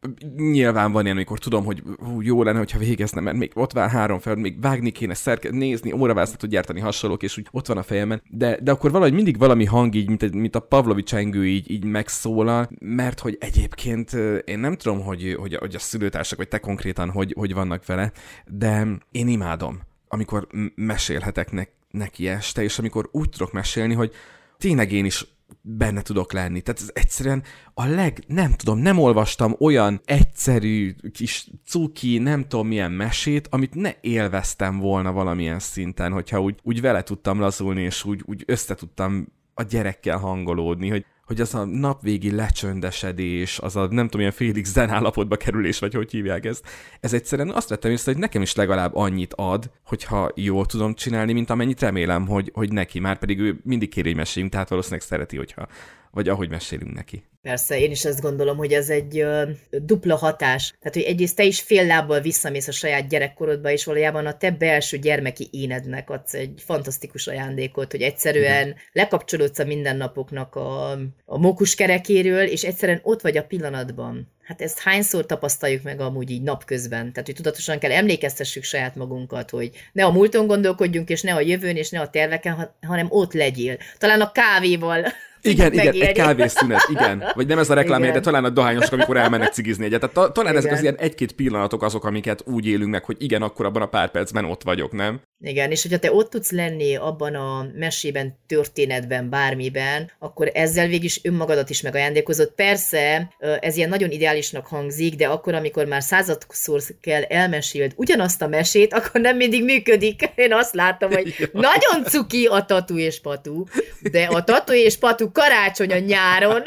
nyilván van ilyen, amikor tudom, hogy hú, jó lenne, hogyha végezne, mert még ott van három fel, még vágni kéne, szerke, nézni, óravászlatot gyártani, hasonlók, és úgy ott van a fejemben. De, de akkor valahogy mindig valami hang így, mint, mint a Pavlovi csengő így, így megszólal, mert hogy egyébként én nem tudom, hogy, hogy, hogy a szülőtársak, vagy te konkrétan, hogy, hogy vannak vele, de én imádom, amikor mesélhetek ne, neki este, és amikor úgy tudok mesélni, hogy tényleg én is benne tudok lenni. Tehát ez egyszerűen a leg, nem tudom, nem olvastam olyan egyszerű kis cuki, nem tudom milyen mesét, amit ne élveztem volna valamilyen szinten, hogyha úgy, úgy vele tudtam lazulni, és úgy, úgy össze tudtam a gyerekkel hangolódni, hogy hogy az a napvégi lecsöndesedés, az a nem tudom, ilyen félig zen állapotba kerülés, vagy hogy hívják ezt. Ez egyszerűen azt vettem észre, hogy nekem is legalább annyit ad, hogyha jól tudom csinálni, mint amennyit remélem, hogy, hogy neki. Már pedig ő mindig kéri, hogy meséljünk, tehát valószínűleg szereti, hogyha, vagy ahogy mesélünk neki.
Persze, én is azt gondolom, hogy ez egy uh, dupla hatás. Tehát, hogy egyrészt te is fél lábbal visszamész a saját gyerekkorodba, és valójában a te belső gyermeki énednek adsz egy fantasztikus ajándékot, hogy egyszerűen igen. lekapcsolódsz a mindennapoknak a, a mókuskerekéről, és egyszerűen ott vagy a pillanatban. Hát ezt hányszor tapasztaljuk meg amúgy így napközben? Tehát, hogy tudatosan kell emlékeztessük saját magunkat, hogy ne a múlton gondolkodjunk, és ne a jövőn, és ne a terveken, hanem ott legyél. Talán a kávéval...
Igen, igen, egy kávészünet, igen. Vagy nem ez a reklám, de talán a dohányosok, amikor elmennek cigizni egyet. Tehát ta, talán igen. ezek az ilyen egy-két pillanatok azok, amiket úgy élünk meg, hogy igen, akkor abban a pár percben ott vagyok, nem?
Igen, és hogyha te ott tudsz lenni abban a mesében, történetben, bármiben, akkor ezzel végig is önmagadat is megajándékozott. Persze, ez ilyen nagyon ideálisnak hangzik, de akkor, amikor már századszor kell elmeséld ugyanazt a mesét, akkor nem mindig működik. Én azt láttam, hogy ja. nagyon cuki a Tatu és Patu, de a Tatu és Patu karácsony a nyáron,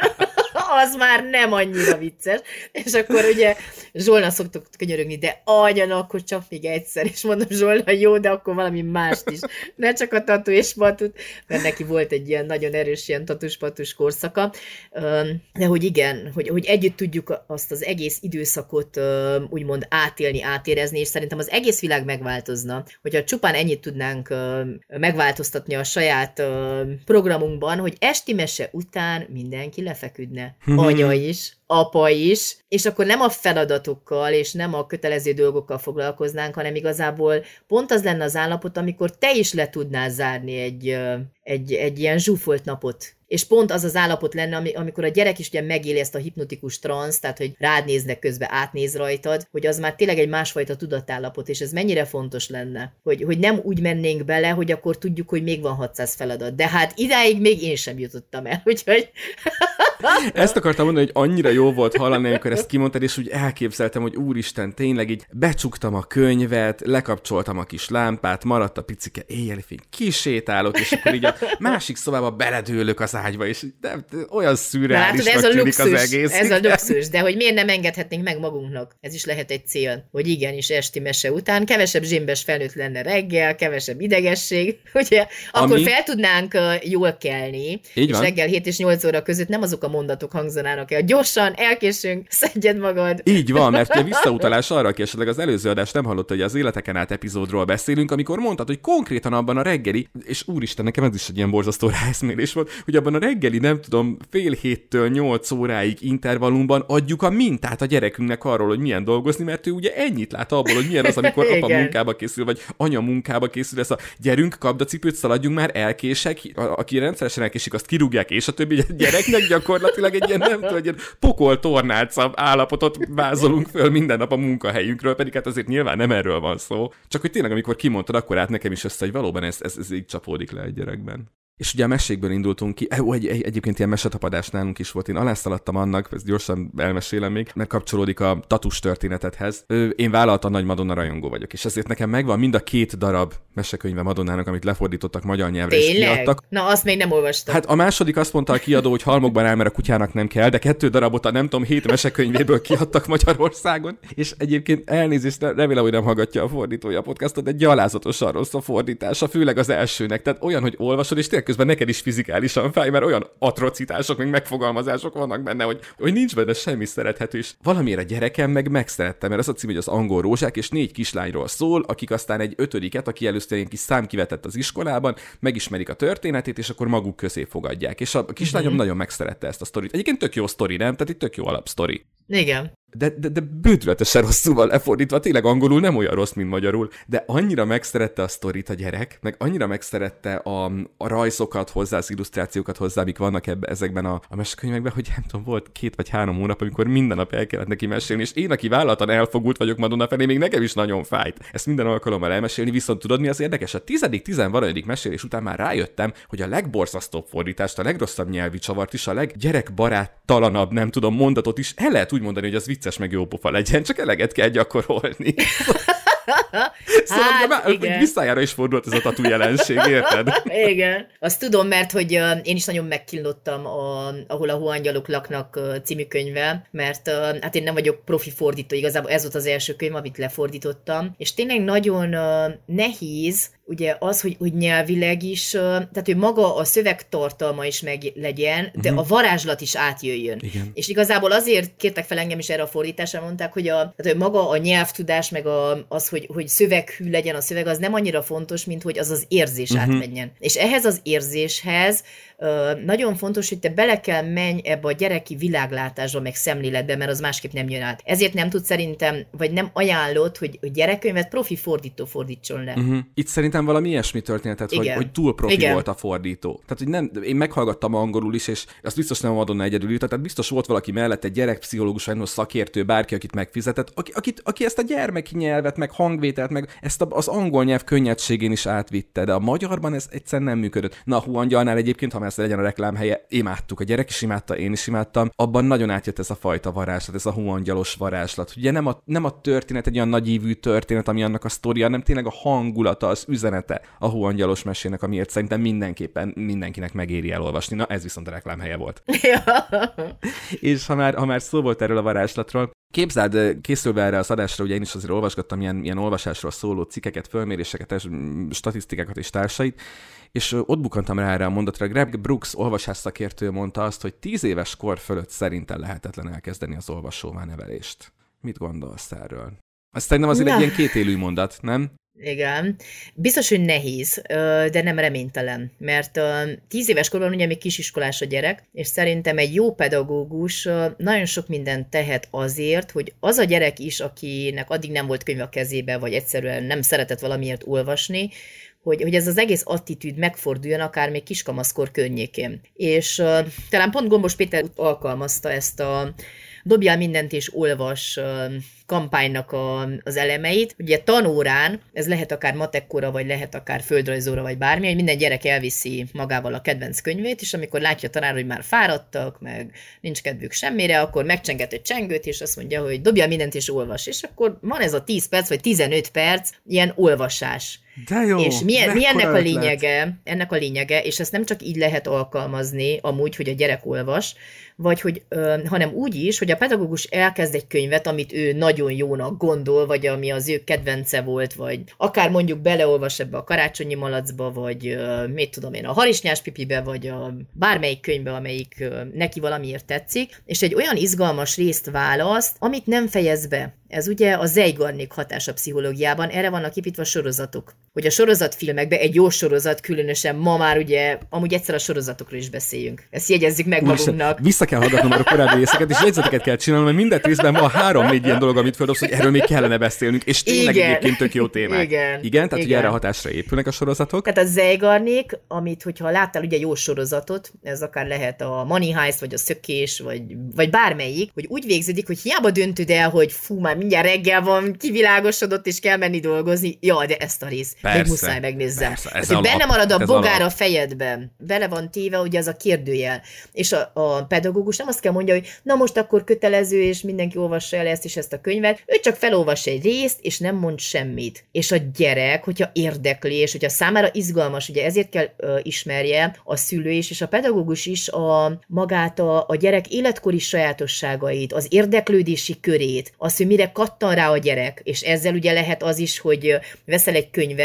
az már nem annyira vicces. És akkor ugye Zsolna szoktuk könyörögni, de agyan, akkor csak még egyszer. És mondom, Zsolna, jó, de akkor valami mást is. Ne csak a Tatu és Patut, mert neki volt egy ilyen nagyon erős ilyen tatus-patus korszaka. De hogy igen, hogy, hogy együtt tudjuk azt az egész időszakot úgymond átélni, átérezni, és szerintem az egész világ megváltozna, hogyha csupán ennyit tudnánk megváltoztatni a saját programunkban, hogy esti mese után mindenki lefeküdne. Anya is, apa is, és akkor nem a feladatokkal és nem a kötelező dolgokkal foglalkoznánk, hanem igazából pont az lenne az állapot, amikor te is le tudnál zárni egy, egy, egy ilyen zsúfolt napot. És pont az az állapot lenne, amikor a gyerek is ugye megéli ezt a hipnotikus transz, tehát hogy rád néznek közben, átnéz rajtad, hogy az már tényleg egy másfajta tudatállapot, és ez mennyire fontos lenne, hogy, hogy nem úgy mennénk bele, hogy akkor tudjuk, hogy még van hatszáz feladat. De hát idáig még én sem jutottam el, úgyhogy...
Ezt akartam mondani, hogy annyira jó volt hallani, amikor ezt kimondtad, és úgy elképzeltem, hogy úristen, tényleg így becsuktam a könyvet, lekapcsoltam a kis lámpát, maradt a picike éjjelifény, kisétálok, és akkor így a másik szobába beledőlök az ágyba, és de, de olyan szürreálisnak tűnik luxus, az egész.
Ez a luxus, de hogy miért nem engedhetnénk meg magunknak? Ez is lehet egy cél, hogy igenis esti mese után kevesebb zsimbes felnőtt lenne reggel, kevesebb idegesség, ugye? Akkor Ami... fel tudnánk uh, jól kelni, így és van. Reggel hét és nyolc óra között nem azok a mondatok hangzanának el. Gyorsan, elkésünk, szedjed magad.
Így van, mert ugye visszautalás arra, aki esetleg az előző adást nem hallotta, hogy az Életeken át epizódról beszélünk, amikor mondtad, hogy konkrétan abban a reggeli, és úristen, nekem ez is egy ilyen borzasztó ráeszmélés volt, hogy abban a reggeli, nem tudom, fél héttől nyolc óráig intervallumban adjuk a mintát a gyerekünknek arról, hogy milyen dolgozni, mert ő ugye ennyit lát abból, hogy milyen az, amikor apa munkába készül, vagy anya munkába készül, ez a gyerünk, kabdacipőt, szaladjunk már, elkések, aki rendszeresen elkésik, azt kirúgják, és a többi gyereknek gyakorlatilag egy ilyen, nem tudom, egy ilyen pokol tornálca állapotot vázolunk föl minden nap a munkahelyünkről, pedig hát azért nyilván nem erről van szó. Csak hogy tényleg, amikor kimondtad, akkor át nekem is össze, hogy valóban ez, ez, ez így csapódik le egy gyerekben. És ugye a mesékből indultunk ki, egy, egy, egyébként ilyen mesetapadás nálunk is volt, én alászaladtam annak, ezt gyorsan elmesélem még, mert kapcsolódik a tatus történetedhez. Én vállaltan nagy Madonna rajongó vagyok, és ezért nekem megvan mind a két darab mesekönyve Madonnának, amit lefordítottak magyar nyelvre és kiadtak.
Na, azt még nem olvastam.
Hát a második azt mondta a kiadó, hogy halmokban áll, mert a kutyának nem kell, de kettő darabot a nem tudom, hét mesekönyvéből kiadtak Magyarországon, és egyébként elnézést, remélem, hogy nem hallgatja a fordítója a podcastot, de gyalázatosan rossz a fordítása, főleg az elsőnek. Tehát olyan, hogy olvasod, és közben neked is fizikálisan fáj, mert olyan atrocitások, meg megfogalmazások vannak benne, hogy, hogy nincs benne semmi szerethető, és valamiért a gyerekem meg megszerettem, mert az a cím, hogy az angol rózsák, és négy kislányról szól, akik aztán egy ötödiket, aki először egy kis számkivetett az iskolában, megismerik a történetét, és akkor maguk közé fogadják. És a kislányom mm-hmm. nagyon megszerette ezt a sztorit. Egyébként tök jó sztori, nem? Tehát itt tök jó alapsztori.
Igen.
de, de, de bődületesen rosszul van lefordítva, tényleg angolul nem olyan rossz, mint magyarul, de annyira megszerette a sztorit a gyerek, meg annyira megszerette a, a rajzokat hozzá, az illusztrációkat hozzá, amik vannak ebbe, ezekben a, a mesekönyvekben, hogy nem tudom, volt két vagy három hónap, amikor minden nap el kellett neki mesélni, és én, aki vállaltan elfogult vagyok Madonna felé, még nekem is nagyon fájt ezt minden alkalommal elmesélni, viszont tudod, mi az érdekes? A tizedik, tizenvalanyadik mesélés után már rájöttem, hogy a legborzasztóbb fordítást, a legrosszabb nyelvi csavart is, a leggyerekbaráttalanabb, nem tudom, mondatot is el lehet úgy mondani, hogy az vicces meg jó pofa legyen, csak eleget kell gyakorolni. Szóval hát, ugye, visszájára is fordult ez a tatu jelenség, érted?
Igen. Azt tudom, mert hogy uh, én is nagyon megkínlottam, a, ahol a hóangyalok laknak uh, című könyvvel, mert uh, hát én nem vagyok profi fordító, igazából ez volt az első könyv, amit lefordítottam, és tényleg nagyon uh, nehéz, ugye az, hogy, hogy nyelvileg is, uh, tehát hogy maga a szövegtartalma is meg legyen, de uh-huh. a varázslat is átjöjjön.
Igen.
És igazából azért kértek fel engem is erre a fordításra, mondták, hogy, a, tehát, hogy maga a nyelvtudás, meg a, az, hogy, hogy szöveghű legyen a szöveg, az nem annyira fontos, mint hogy az az érzés uh-huh. átmenjen. És ehhez az érzéshez uh, nagyon fontos, hogy te bele kell menj ebbe a gyereki világlátásba, meg szemléletbe, mert az másképp nem jön át. Ezért nem tud szerintem, vagy nem ajánlott, hogy, hogy gyerekkönyvet profi fordító fordítson le.
Uh-huh. Itt szerintem valami ilyesmi történetet, hogy, hogy túl profi
Igen.
volt a fordító. Tehát, hogy nem, én meghallgattam angolul is, és azt biztos nem a Madonna egyedül írta, tehát biztos volt valaki mellett egy gyerekpszichológus, vagy szakértő, bárki, akit megfizetett, aki, akit, aki ezt a gyermeki nyelvet, meg hangvételt, meg ezt a, az angol nyelv könnyedségén is átvitte, de a magyarban ez egyszerűen nem működött. Na, a Hóangyalnál egyébként, ha ez legyen a reklámhelye, imádtuk, a gyerek is imádta, én is imádtam, abban nagyon átjött ez a fajta varázslat, ez a hóangyalos varázslat. Ugye nem a, nem a történet egy olyan nagyívű történet, ami annak a sztoria, hanem tényleg a hangulata, az üzenete a hóangyalos mesének, amiért szerintem mindenképpen mindenkinek megéri elolvasni. Na, ez viszont a reklámhelye volt.
Ja.
És ha már, ha már szó volt erről a varázslatról, képzeld, készülve erre az adásra, ugye én is azért olvasgattam ilyen, ilyen olvasásról szóló cikkeket, fölméréseket, statisztikákat és társait, és ott bukantam rá erre a mondatra. Greg Brooks olvasásszakértő mondta azt, hogy tíz éves kor fölött szerintem lehetetlen elkezdeni az olvasóvá nevelést. Mit gondolsz erről? Azt szerintem azért Na. egy ilyen kétélű mondat, nem?
Igen. Biztos, hogy nehéz, de nem reménytelen, mert tíz éves korban ugye még kisiskolás a gyerek, és szerintem egy jó pedagógus nagyon sok mindent tehet azért, hogy az a gyerek is, akinek addig nem volt könyv a kezébe, vagy egyszerűen nem szeretett valamiért olvasni, hogy, hogy ez az egész attitűd megforduljon akár még kiskamaszkor környékén. És uh, talán pont Gombos Péter alkalmazta ezt a dobjál mindent és olvas uh, kampánynak a, az elemeit. Ugye tanórán, ez lehet akár matekkora, vagy lehet akár földrajzóra, vagy bármi, hogy minden gyerek elviszi magával a kedvenc könyvét, és amikor látja a tanár, hogy már fáradtak, meg nincs kedvük semmire, akkor megcsenget egy csengőt, és azt mondja, hogy dobjál mindent és olvas. És akkor van ez a tíz perc, vagy tizenöt perc ilyen olvasás.
De jó,
és milyen, mi ennek a lényege, ennek a lényege, és ezt nem csak így lehet alkalmazni, amúgy, hogy a gyerek olvas, vagy hogy, ö, hanem úgy is, hogy a pedagógus elkezd egy könyvet, amit ő nagyon jónak gondol, vagy ami az ő kedvence volt, vagy akár mondjuk beleolvas ebbe a Karácsonyi Malacba, vagy ö, mit tudom én, a Harisnyás Pipibe, vagy a bármelyik könyvbe, amelyik ö, neki valamiért tetszik, és egy olyan izgalmas részt választ, amit nem fejez be. Ez ugye a Zeigarnik hatása pszichológiában, erre vannak építve a sorozatok. Hogy a sorozatfilmekben egy jó sorozat, különösen ma már ugye, amúgy egyszer a sorozatokról is beszéljünk. Ezt jegyezzük meg magunknak.
Vissza kell hallgatnom a korábbi részeket, és jegyzeteket kell csinálnom, mert minden részben van három-négy ilyen dolog, amit földobsz, hogy erről még kellene beszélnünk, és tényleg
Igen.
egyébként tök jó témák.
Igen.
Igen, tehát
Igen.
ugye erre a hatásra épülnek a sorozatok.
Tehát a Zeigarnik, amit, hogyha láttál ugye jó sorozatot, ez akár lehet a Money Heist, vagy a Szökés, vagy, vagy bármelyik, hogy úgy végződik, hogy hiába döntöd el, hogy fú, már mindjárt reggel van, kivilágosodott, és kell menni dolgozni. Ja, de ezt a rész
persze,
még muszáj megnézzem.
Persze, ez
hát, benne marad a bogár
alap.
A fejedben. Bele van téve, ugye az a kérdőjel. És a, a pedagógus nem azt kell mondja, hogy na most akkor kötelező, és mindenki olvassa el ezt és ezt a könyvet. Ő csak felolvassa egy részt, és nem mond semmit. És a gyerek, hogyha érdekli, és hogyha számára izgalmas, ugye ezért kell ö, ismerje a szülő is, és a pedagógus is a magát a, a gyerek életkori sajátosságait, az érdeklődési körét, azt, hogy mire kattan rá a gyerek, és ezzel ugye lehet az is, hogy veszel egy könyvet,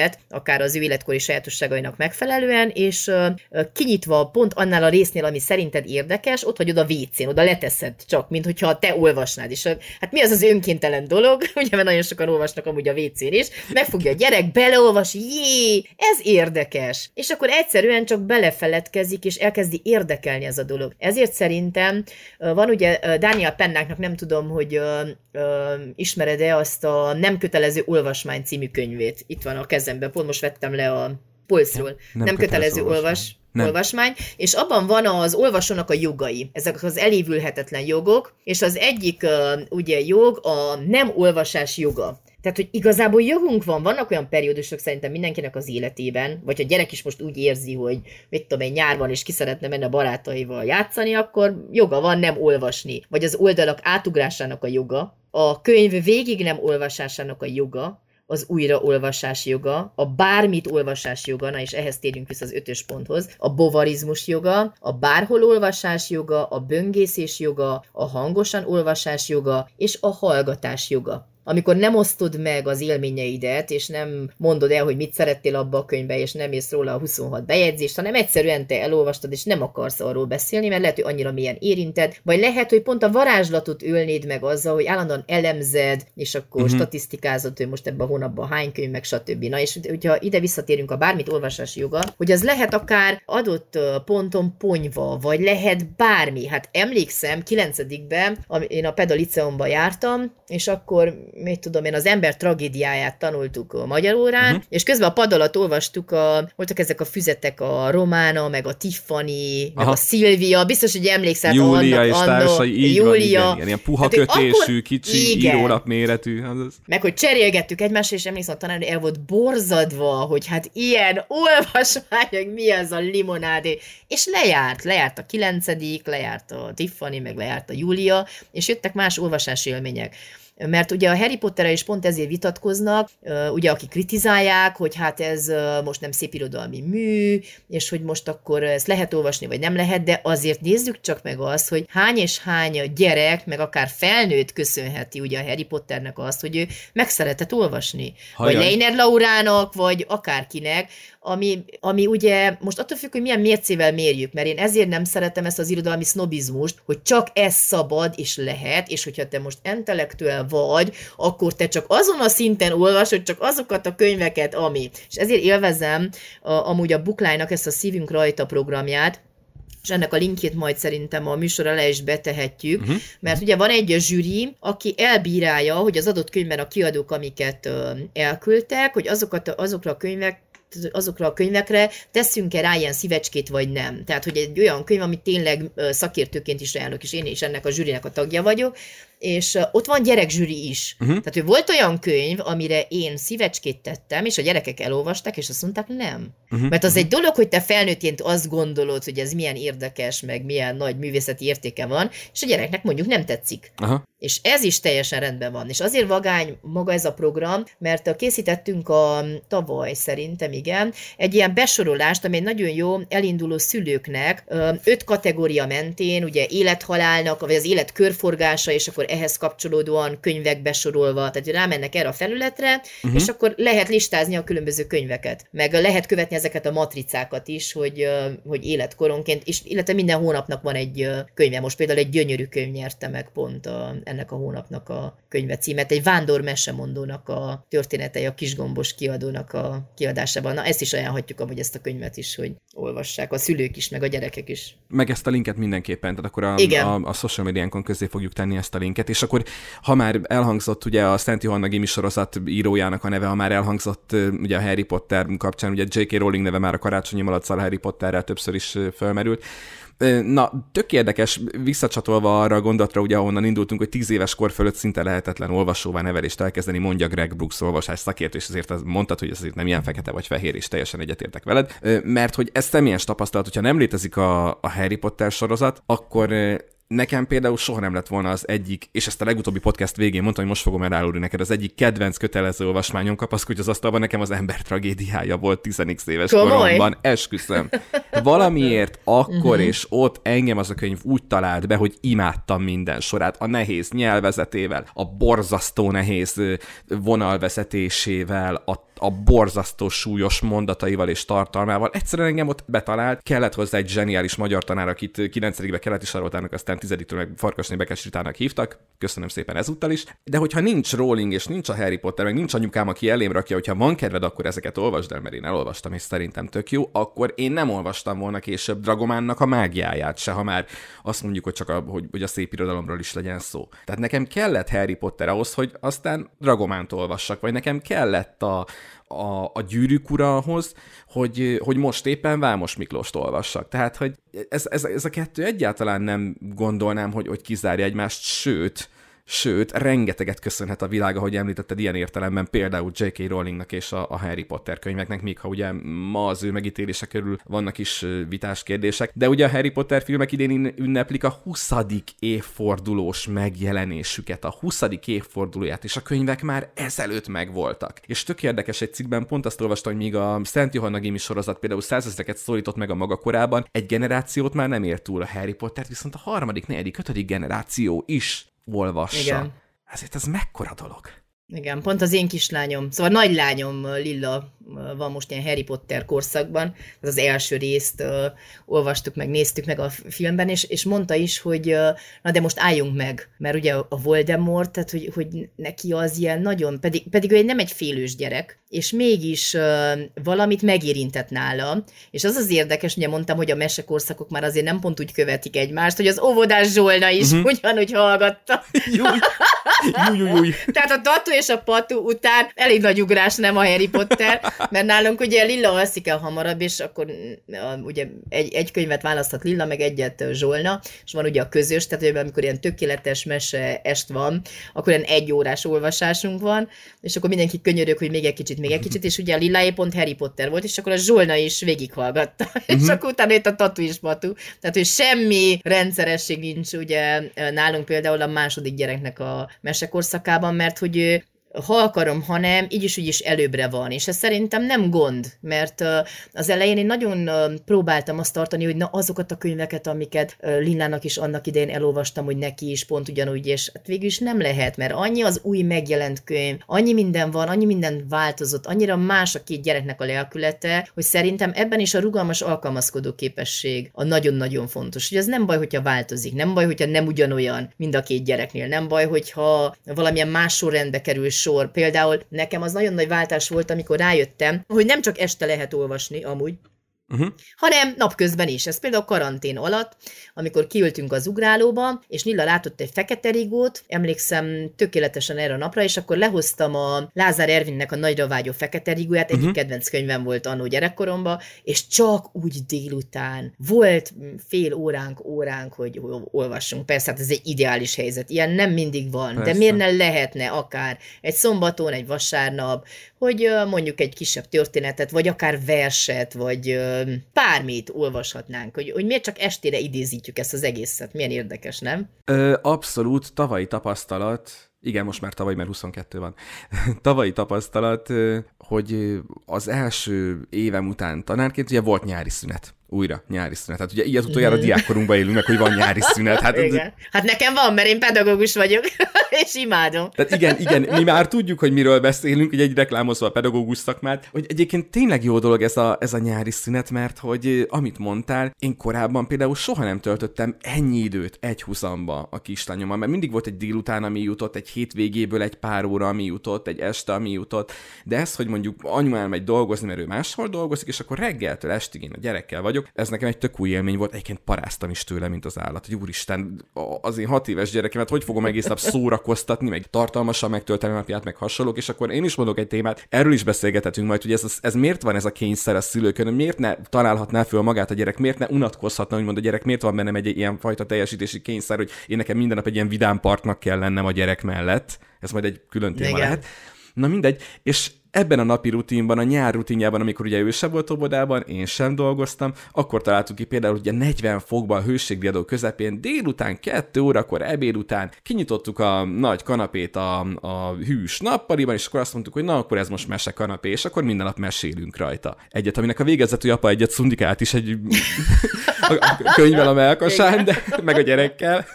könyvet, akár az ő életkori sajátosságainak megfelelően, és kinyitva pont annál a résznél, ami szerinted érdekes, ott hagyod a vécén, oda leteszed csak, mint hogyha te olvasnád is. Hát mi az az önkéntelen dolog, ugye, mert nagyon sokan olvasnak amúgy a vécén is, megfogja a gyerek, beleolvas, jé, ez érdekes. És akkor egyszerűen csak belefeledkezik, és elkezdi érdekelni ez a dolog. Ezért szerintem van ugye Daniel Pennáknak, nem tudom, hogy ö, ö, ismered-e azt a Nem kötelező olvasmány című könyvét. Itt van a kezemben, pont most vettem le a polcról. Nem, nem, nem kötelező, kötelező olvasmány. olvas. Nem. olvasmány, és abban van az olvasónak a jogai. Ezek az elévülhetetlen jogok, és az egyik uh, ugye jog a nem olvasás joga. Tehát, hogy igazából jogunk van, vannak olyan periódusok szerintem mindenkinek az életében, vagy ha a gyerek is most úgy érzi, hogy mit tudom én, nyár van, és ki szeretne menni a barátaival játszani, akkor joga van nem olvasni. Vagy az oldalak átugrásának a joga, a könyv végig nem olvasásának a joga, az újraolvasás joga, a bármit olvasás joga, na és ehhez térjünk vissza az ötös ponthoz, a bovarizmus joga, a bárhol olvasás joga, a böngészés joga, a hangosan olvasás joga, és a hallgatás joga. Amikor nem osztod meg az élményeidet, és nem mondod el, hogy mit szerettél abba a könyvbe, és nem írsz róla a huszonhat bejegyzést, hanem egyszerűen te elolvastad, és nem akarsz arról beszélni, mert lehet, hogy annyira mélyen érinted, vagy lehet, hogy pont a varázslatot ölnéd meg azzal, hogy állandóan elemzed, és akkor uh-huh. statisztikázod, hogy most ebben a hónapban hány könyv, meg stb. Na, és hogyha ide visszatérünk a bármit olvasási joga, hogy az lehet akár adott ponton ponyva, vagy lehet bármi. Hát emlékszem, kilencedikben, én a Pedaliceumban jártam, és akkor mit tudom én, az ember tragédiáját tanultuk a magyar órán, uh-huh. és közben a pad alatt olvastuk, a, voltak ezek a füzetek, a Romána, meg a Tiffany, meg Aha. a Szilvia, biztos, hogy emlékszel
Júlia
annak,
és
anno,
társai, így
Júlia.
Van, igen, ilyen puha hát kötésű, akkor, kicsi, igen. írólap méretű. Az...
Meg, hogy cserélgettük egymást, és emlékszem, a tanár el volt borzadva, hogy hát ilyen olvasmány, mi az a limonádé, és lejárt, lejárt a kilencedik, lejárt a Tiffany, meg lejárt a Júlia, és jöttek más olvasási élmények. Mert ugye a Harry Potterrel is pont ezért vitatkoznak, ugye akik kritizálják, hogy hát ez most nem szépirodalmi mű, és hogy most akkor ezt lehet olvasni, vagy nem lehet, de azért nézzük csak meg azt, hogy hány és hány gyerek, meg akár felnőtt köszönheti ugye a Harry Potternek azt, hogy ő meg szeretett olvasni. Hajaj. Vagy Leiner Laurának, vagy akárkinek, ami, ami ugye most attól függ, hogy milyen mércével mérjük, mert én ezért nem szeretem ezt az irodalmi sznobizmust, hogy csak ez szabad és lehet, és hogyha te most intellektuál vagy, akkor te csak azon a szinten olvasod, csak azokat a könyveket, ami. És ezért élvezem a, amúgy a Bookline-nak ezt a Szívünk rajta programját, és ennek a linkjét majd szerintem a műsor alá is betehetjük, uh-huh. mert ugye van egy zsűri, aki elbírálja, hogy az adott könyvben a kiadók, amiket ö, elküldtek, hogy azokat, azokra a könyvek azokra a könyvekre teszünk-e rá ilyen szívecskét, vagy nem. Tehát, hogy egy olyan könyv, amit tényleg szakértőként is ajánlok, és én is ennek a zsűrinek a tagja vagyok, és ott van gyerekzsűri is. Uh-huh. Tehát, hogy volt olyan könyv, amire én szívecskét tettem, és a gyerekek elolvasták, és azt mondták, nem. Uh-huh. Mert az egy dolog, hogy te felnőttként azt gondolod, hogy ez milyen érdekes, meg milyen nagy művészeti értéke van, és a gyereknek mondjuk nem tetszik. Uh-huh. És ez is teljesen rendben van. És azért vagány maga ez a program, mert készítettünk a tavaly szerintem, igen, egy ilyen besorolást, ami egy nagyon jó elinduló szülőknek, öt kategória mentén, ugye élethalálnak, vagy az élet körforgása, és akkor ehhez kapcsolódóan könyvek besorolva, tehát rámennek erre a felületre, uh-huh. és akkor lehet listázni a különböző könyveket. Meg lehet követni ezeket a matricákat is, hogy, hogy életkoronként, és illetve minden hónapnak van egy könyve. Most például egy gyönyörű könyv nyerte meg pont a, ennek a hónapnak a könyve címet. Egy vándor mesemondónak a történetei a Kisgombos kiadónak a kiadásában. Na, ezt is ajánlhatjuk amúgy, ezt a könyvet is, hogy olvassák a szülők is, meg a gyerekek is.
Meg ezt a linket mindenképpen, tehát akkor a, a, a social médiánkon közé fogjuk tenni ezt a linket, és akkor ha már elhangzott ugye a Szent Johanna Gimi sorozat írójának a neve, ha már elhangzott ugye a Harry Potter kapcsán, ugye dzsé ká. Rowling neve már a Karácsonyi Malaccal Harry Potterrel többször is felmerült. Na, tök érdekes, visszacsatolva arra a gondolatra, ugye ahonnan indultunk, hogy tíz éves kor fölött szinte lehetetlen olvasóvá nevelést elkezdeni, mondja Greg Brooks olvasás szakértő, és azért mondtad, hogy ez azért nem ilyen fekete vagy fehér, és teljesen egyetértek veled, mert hogy ez személyes tapasztalat, hogyha nem létezik a, a Harry Potter sorozat, akkor nekem például soha nem lett volna az egyik, és ezt a legutóbbi podcast végén mondtam, hogy most fogom elárulni neked, az egyik kedvenc kötelező olvasmányom, kapaszkodj az asztalban, nekem az Ember tragédiája volt tizenegy éves Komoly? koromban, esküszöm. Valamiért akkor uh-huh. és ott engem az a könyv úgy talált be, hogy imádtam minden sorát, a nehéz nyelvezetével, a borzasztó nehéz vonalvezetésével, a a borzasztó súlyos mondataival és tartalmával. Egyszerűen engem ott betalált, kellett hozzá egy zseniális magyar tanár, akit kilencedikbe Keleti Saroltának, aztán tizediktől meg Farkasné Bekes Ritának hívtak. Köszönöm szépen ezúttal is. De hogyha nincs Rowling és nincs a Harry Potter, meg nincs anyukám, aki elém rakja, hogyha van kedved, akkor ezeket olvasd el, mert én elolvastam, és szerintem tök jó, akkor én nem olvastam volna később Dragománnak a mágiáját se, ha már azt mondjuk, hogy csak a, hogy, hogy a szép irodalomról is legyen szó. Tehát nekem kellett Harry Potter ahhoz, hogy aztán Dragománt olvassak, vagy nekem kellett a, a, a Gyűrűk ura ahhoz, hogy, hogy most éppen Vámos Miklóst olvassak. Tehát, hogy ez, ez, ez a kettő egyáltalán nem gondolnám, hogy, hogy kizárja egymást, sőt, Sőt, rengeteget köszönhet a világ, ahogy említetted, ilyen értelemben például dzsé ká. Rowlingnak és a, a Harry Potter könyveknek, még ha ugye ma az ő megítélése körül vannak is vitás kérdések, de ugye a Harry Potter filmek idén ünneplik a huszadik évfordulós megjelenésüket, a huszadik évfordulóját, és a könyvek már ezelőtt megvoltak. És tök érdekes, egy cikkben pont azt olvastam, hogy míg a Szent Johanna Gimi sorozat például százezreket szólított meg a maga korában, egy generációt már nem ért túl, a Harry Pottert viszont a harmadik, negyedik, ötödik generáció is olvassa. Igen. Ezért ez mekkora dolog.
Igen, pont az én kislányom, szóval nagylányom Lilla van most ilyen Harry Potter korszakban, ez az első részt uh, olvastuk meg, néztük meg a filmben, és, és mondta is, hogy uh, na de most álljunk meg, mert ugye a Voldemort, tehát hogy, hogy neki az ilyen nagyon, pedig, pedig ő nem egy félős gyerek, és mégis uh, valamit megérintett nála, és az az érdekes, ugye mondtam, hogy a mesekorszakok már azért nem pont úgy követik egymást, hogy az óvodás Zsolna is uh-huh. ugyanúgy hallgatta. Júj, júj, júj, júj. Tehát a Tatu és a Patu után elég nagy ugrás, nem a Harry Potter, mert nálunk ugye Lilla alszik el hamarabb, és akkor ugye egy, egy könyvet választhat Lilla, meg egyet Zsolna, és van ugye a közös, tehát ugye, amikor ilyen tökéletes mese est van, akkor ilyen egy órás olvasásunk van, és akkor mindenki könyörög, hogy még egy kicsit, még egy kicsit, és ugye a Lilláé pont Harry Potter volt, és akkor a Zsolna is végighallgatta, uh-huh. és akkor utána jött a Tatu és Patu. Tehát, hogy semmi rendszeresség nincs ugye nálunk például a második gyereknek a mesekorszakában, mert hogy ha akarom, ha nem, így is úgy is előbbre van, és ez szerintem nem gond, mert az elején én nagyon próbáltam azt tartani, hogy na azokat a könyveket, amiket Lillának is annak idején elolvastam, hogy neki is pont ugyanúgy, és hát végül is nem lehet, mert annyi az új megjelent könyv, annyi minden van, annyi minden változott, annyira más a két gyereknek a lelkülete, hogy szerintem ebben is a rugalmas alkalmazkodó képesség a nagyon-nagyon fontos, hogy az nem baj, hogyha változik, nem baj, hogyha nem ugyanolyan mind a két gyereknél, nem baj, hogyha valamilyen más sorrendbe kerül sor. Például nekem az nagyon nagy váltás volt, amikor rájöttem, hogy nem csak este lehet olvasni amúgy, uh-huh. hanem napközben is. Ez például karantén alatt, amikor kiültünk az ugrálóba, és Lilla látott egy fekete rigót, emlékszem tökéletesen erre a napra, és akkor lehoztam a Lázár Ervinnek a Nagyra vágyó fekete rigóját, egyik uh-huh. kedvenc könyvem volt annó gyerekkoromban, és csak úgy délután volt fél óránk, óránk, hogy olvassunk. Persze, hát ez egy ideális helyzet. Ilyen nem mindig van, persze. De miért ne lehetne akár egy szombaton, egy vasárnap, hogy mondjuk egy kisebb történetet, vagy akár verset, vagy bármit olvashatnánk, hogy, hogy miért csak estére idézítjük ezt az egészet. Milyen érdekes, nem?
Ö, abszolút tavalyi tapasztalat, igen, most már tavaly, mert huszonkettő van. Tavalyi tapasztalat, hogy az első évem után tanárként ugye volt nyári szünet. Újra nyári szünet. Hát ugye ilyet utoljára a diákkorunkban élünk meg, hogy van nyári szünet. Hát,
igen. Hát nekem van, mert én pedagógus vagyok, és imádom.
Tehát igen, igen, mi már tudjuk, hogy miről beszélünk, hogy egy reklámozva a pedagógus szakmát, hogy egyébként tényleg jó dolog ez a, ez a nyári szünet, mert hogy amit mondtál, én korábban például soha nem töltöttem ennyi időt egy huszamba a kislányommal, mert mindig volt egy délután, ami jutott, egy hétvégéből egy pár óra, ami jutott, egy este, ami jutott, de ez, hogy mondjuk anyu elmegy dolgozni, mert ő máshol dolgozik, és akkor reggeltől estig én a gyerekkel vagyok, ez nekem egy tök új élmény volt, egyébként paráztam is tőle, mint az állat, hogy úristen, az én hat éves gyerekemet hogy fogom egész nap szórakoztatni, meg tartalmasan megtölteni napját, meg hasonlók, és akkor én is mondok egy témát, erről is beszélgethetünk majd, hogy ez, ez miért van ez a kényszer a szülőkön, miért ne találhatná föl magát a gyerek, miért ne unatkozhatna, úgymond a gyerek, miért van bennem egy ilyen fajta teljesítési kényszer, hogy én nekem minden nap egy ilyen vidám partnak kell lennem a gyerek mellett, ez majd egy külön téma igen. lehet. Na mindegy, és ebben a napi rutinban, a nyár rutinjában, amikor ugye ő sem volt óvodában, én sem dolgoztam, akkor találtuk ki például ugye negyven fokban hőségriadó közepén, délután kettő órakor, ebéd után kinyitottuk a nagy kanapét a, a hűs nappaliban, és akkor azt mondtuk, hogy na, akkor ez most mese kanapé, és akkor minden nap mesélünk rajta. Egyet, aminek a végezetű apa egyet szundikált is egy a könyvvel a melkasán, de meg a gyerekkel.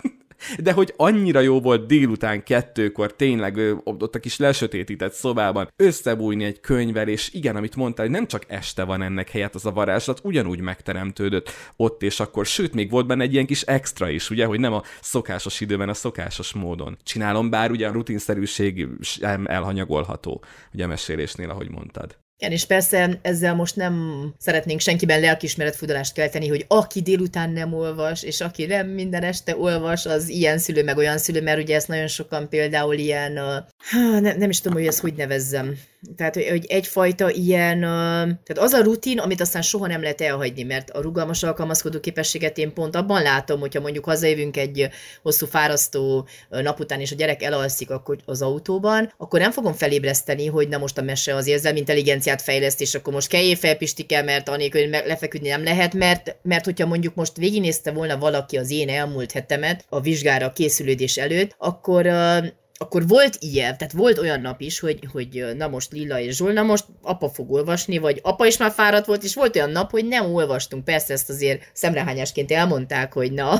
De hogy annyira jó volt délután kettőkor tényleg ott a kis lesötétített szobában összebújni egy könyvvel, és igen, amit mondtál, hogy nem csak este van ennek helyett, az a varázslat ugyanúgy megteremtődött ott és akkor, sőt, még volt benne egy ilyen kis extra is, ugye, hogy nem a szokásos időben, a szokásos módon csinálom, bár ugye a rutinszerűség sem elhanyagolható, ugye a mesélésnél, ahogy mondtad.
Igen, és persze ezzel most nem szeretnénk senkiben lelkiismeretfudalást kelteni, hogy aki délután nem olvas, és aki nem minden este olvas, az ilyen szülő, meg olyan szülő, mert ugye ezt nagyon sokan például ilyen, uh, nem, nem is tudom, hogy ezt hogy nevezzem. Tehát, hogy, hogy egyfajta ilyen, uh, tehát az a rutin, amit aztán soha nem lehet elhagyni, mert a rugalmas alkalmazkodó képességet én pont abban látom, hogyha mondjuk hazajövünk egy hosszú fárasztó nap után, és a gyerek elalszik akkor az autóban, akkor nem fogom felébreszteni, hogy na most a mese az érzelmi intelligenciát fejleszt, és akkor most kelljél fel, Pistike, mert anélkül, hogy lefeküdni nem lehet, mert, mert hogyha mondjuk most végignézte volna valaki az én elmúlt hetemet a vizsgára készülődés előtt, akkor uh, akkor volt ilyen, tehát volt olyan nap is, hogy, hogy na most Lilla és Zsolt, na most apa fog olvasni, vagy apa is már fáradt volt, és volt olyan nap, hogy nem olvastunk. Persze ezt azért szemrehányásként elmondták, hogy na,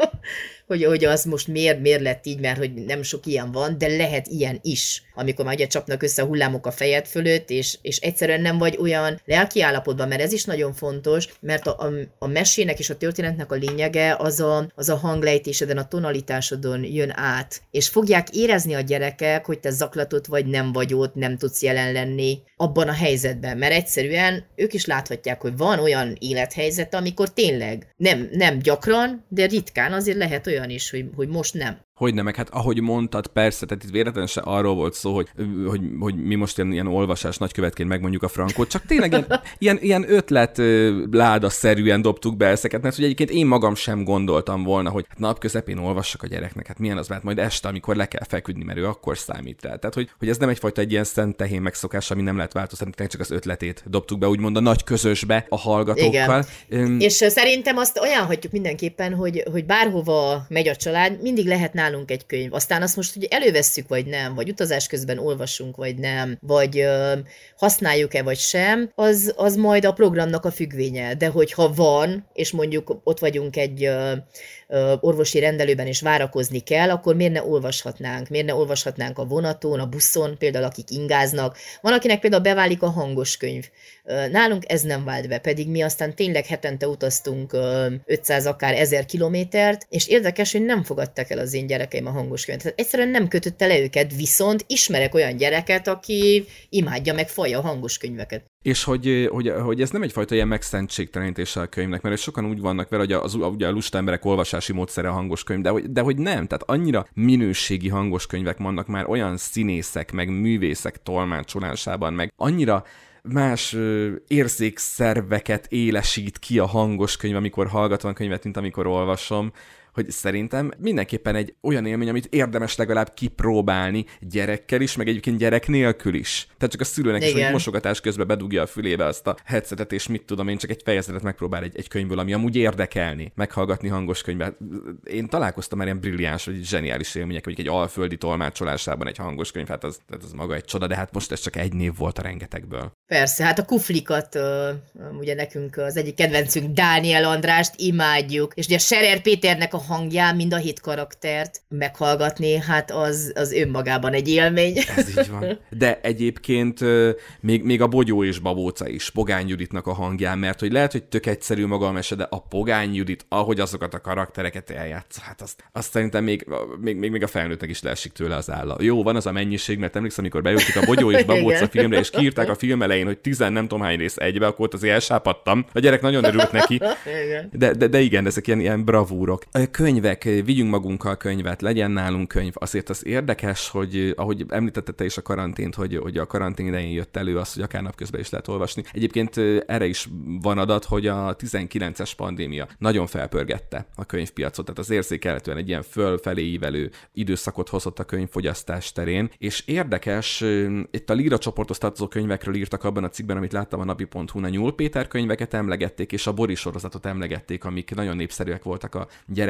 hogy, hogy az most miért, miért lett így, mert hogy nem sok ilyen van, de lehet ilyen is, amikor már ugye csapnak össze a hullámok a fejed fölött, és, és egyszerűen nem vagy olyan lelki állapotban, mert ez is nagyon fontos, mert a, a, a mesének és a történetnek a lényege az a, az a hanglejtéseden, a tonalitásodon jön át, és fogják érezni a gyerekek, hogy te zaklatott vagy, nem vagy ott, nem tudsz jelen lenni abban a helyzetben, mert egyszerűen ők is láthatják, hogy van olyan élethelyzet, amikor tényleg nem, nem gyakran, de ritkán azért lehet olyan is, hogy, hogy most nem.
Hogy nem, meg hát ahogy mondtad, persze, tehát itt véletlenül se arról volt szó, hogy, hogy, hogy mi most ilyen, ilyen olvasás nagykövetként megmondjuk a frankót, csak tényleg ilyen, ilyen, ilyen ötlet ládaszerűen dobtuk be ezeket, mert hogy egyébként én magam sem gondoltam volna, hogy napközepén olvassak a gyereknek, hát milyen az, mert majd este, amikor le kell feküdni, mert ő akkor számít rá. Tehát, hogy, hogy ez nem egyfajta egy ilyen szent tehén megszokás, ami nem lehet változtatni, csak az ötletét dobtuk be, úgymond a nagy közösbe a hallgatókkal.
Igen. Um, és szerintem azt olyan hagyjuk mindenképpen, hogy, hogy bárhova megy a család, mindig lehet nálunk egy könyv. Aztán azt most, hogy elővesszük, vagy nem, vagy utazás közben olvasunk, vagy nem, vagy ö, használjuk-e, vagy sem, az, az majd a programnak a függvénye. De hogyha van, és mondjuk ott vagyunk egy ö, ö, orvosi rendelőben, és várakozni kell, akkor miért ne olvashatnánk? Miért ne olvashatnánk a vonaton, a buszon, például akik ingáznak. Van, akinek például beválik a hangos könyv. Nálunk ez nem vált be, pedig mi aztán tényleg hetente utaztunk ötszáz, akár ezer kilométert, és érdekes, hogy nem fogadták el az én gyerekeim a hangos könyvet. Tehát egyszerűen nem kötötte le őket, viszont ismerek olyan gyereket, aki imádja meg falja a hangos könyveket.
És hogy, hogy, hogy ez nem egyfajta ilyen megszentségtelenítése a könyvnek, mert sokan úgy vannak vele, hogy az, ugye a lusta emberek olvasási módszere a hangos könyv, de hogy, de hogy nem, tehát annyira minőségi hangos könyvek vannak már olyan színészek, meg művészek tolmácsolásában, meg annyira más ö, érzékszerveket élesít ki a hangos könyv, amikor hallgatom a könyvet, mint amikor olvasom, hogy szerintem mindenképpen egy olyan élmény, amit érdemes legalább kipróbálni gyerekkel is, meg egyébként gyerek nélkül is. Tehát csak a szülőnek is, hogy mosogatás közben bedugja a fülébe azt a headsetet, és mit tudom én, csak egy fejezetet megpróbál egy, egy könyvből, ami amúgy érdekelni, meghallgatni hangos könyvet. Én találkoztam már ilyen brilliáns, vagy zseniális élmények, vagy egy alföldi tolmácsolásában egy hangos könyv, hát az, az maga egy csoda, de hát most ez csak egy név volt a rengetegből.
Persze, hát a kuflikat, ugye nekünk az egyik kedvencünk Dániel Andrást imádjuk, és ugye Scherer Péternek a hangján mind a hét karaktert meghallgatni, hát az, az önmagában egy élmény.
Ez így van. De egyébként még, még a Bogyó és Babóca is Pogány Juditnak a hangján, mert hogy lehet, hogy tök egyszerű maga a mese, de a Pogány Judit, ahogy azokat a karaktereket eljátsza, hát azt, azt szerintem még, még, még, még a felnőttek is leesik tőle az álla. Jó, van az a mennyiség, mert emlékszem, amikor bejöttük a Bogyó és Babóca filmre, és kiírták a film elején, hogy tizen nem tudom hány rész egybe, akkor ott azért elsápadtam. A gyerek nagyon örült neki. De, de, de igen, ezek ilyen, ilyen bravúrok. Könyvek, vigyünk magunkkal könyvet, legyen nálunk könyv. Azért az érdekes, hogy ahogy említette te is a karantént, hogy, hogy a karantén idején jött elő az, hogy akár napközben is lehet olvasni. Egyébként erre is van adat, hogy a tizenkilences pandémia nagyon felpörgette a könyvpiacot, tehát az érzékelhetően egy ilyen fölfelé ívelő időszakot hozott a könyvfogyasztás terén, és érdekes, itt a Líra csoporthoz tartozó könyvekről írtak abban a cikkben, amit láttam a napi pont hu-n, a Nyúl Péter könyveket emlegették, és a Boris sorozatot emlegették, amik nagyon népszerűek voltak a gyerek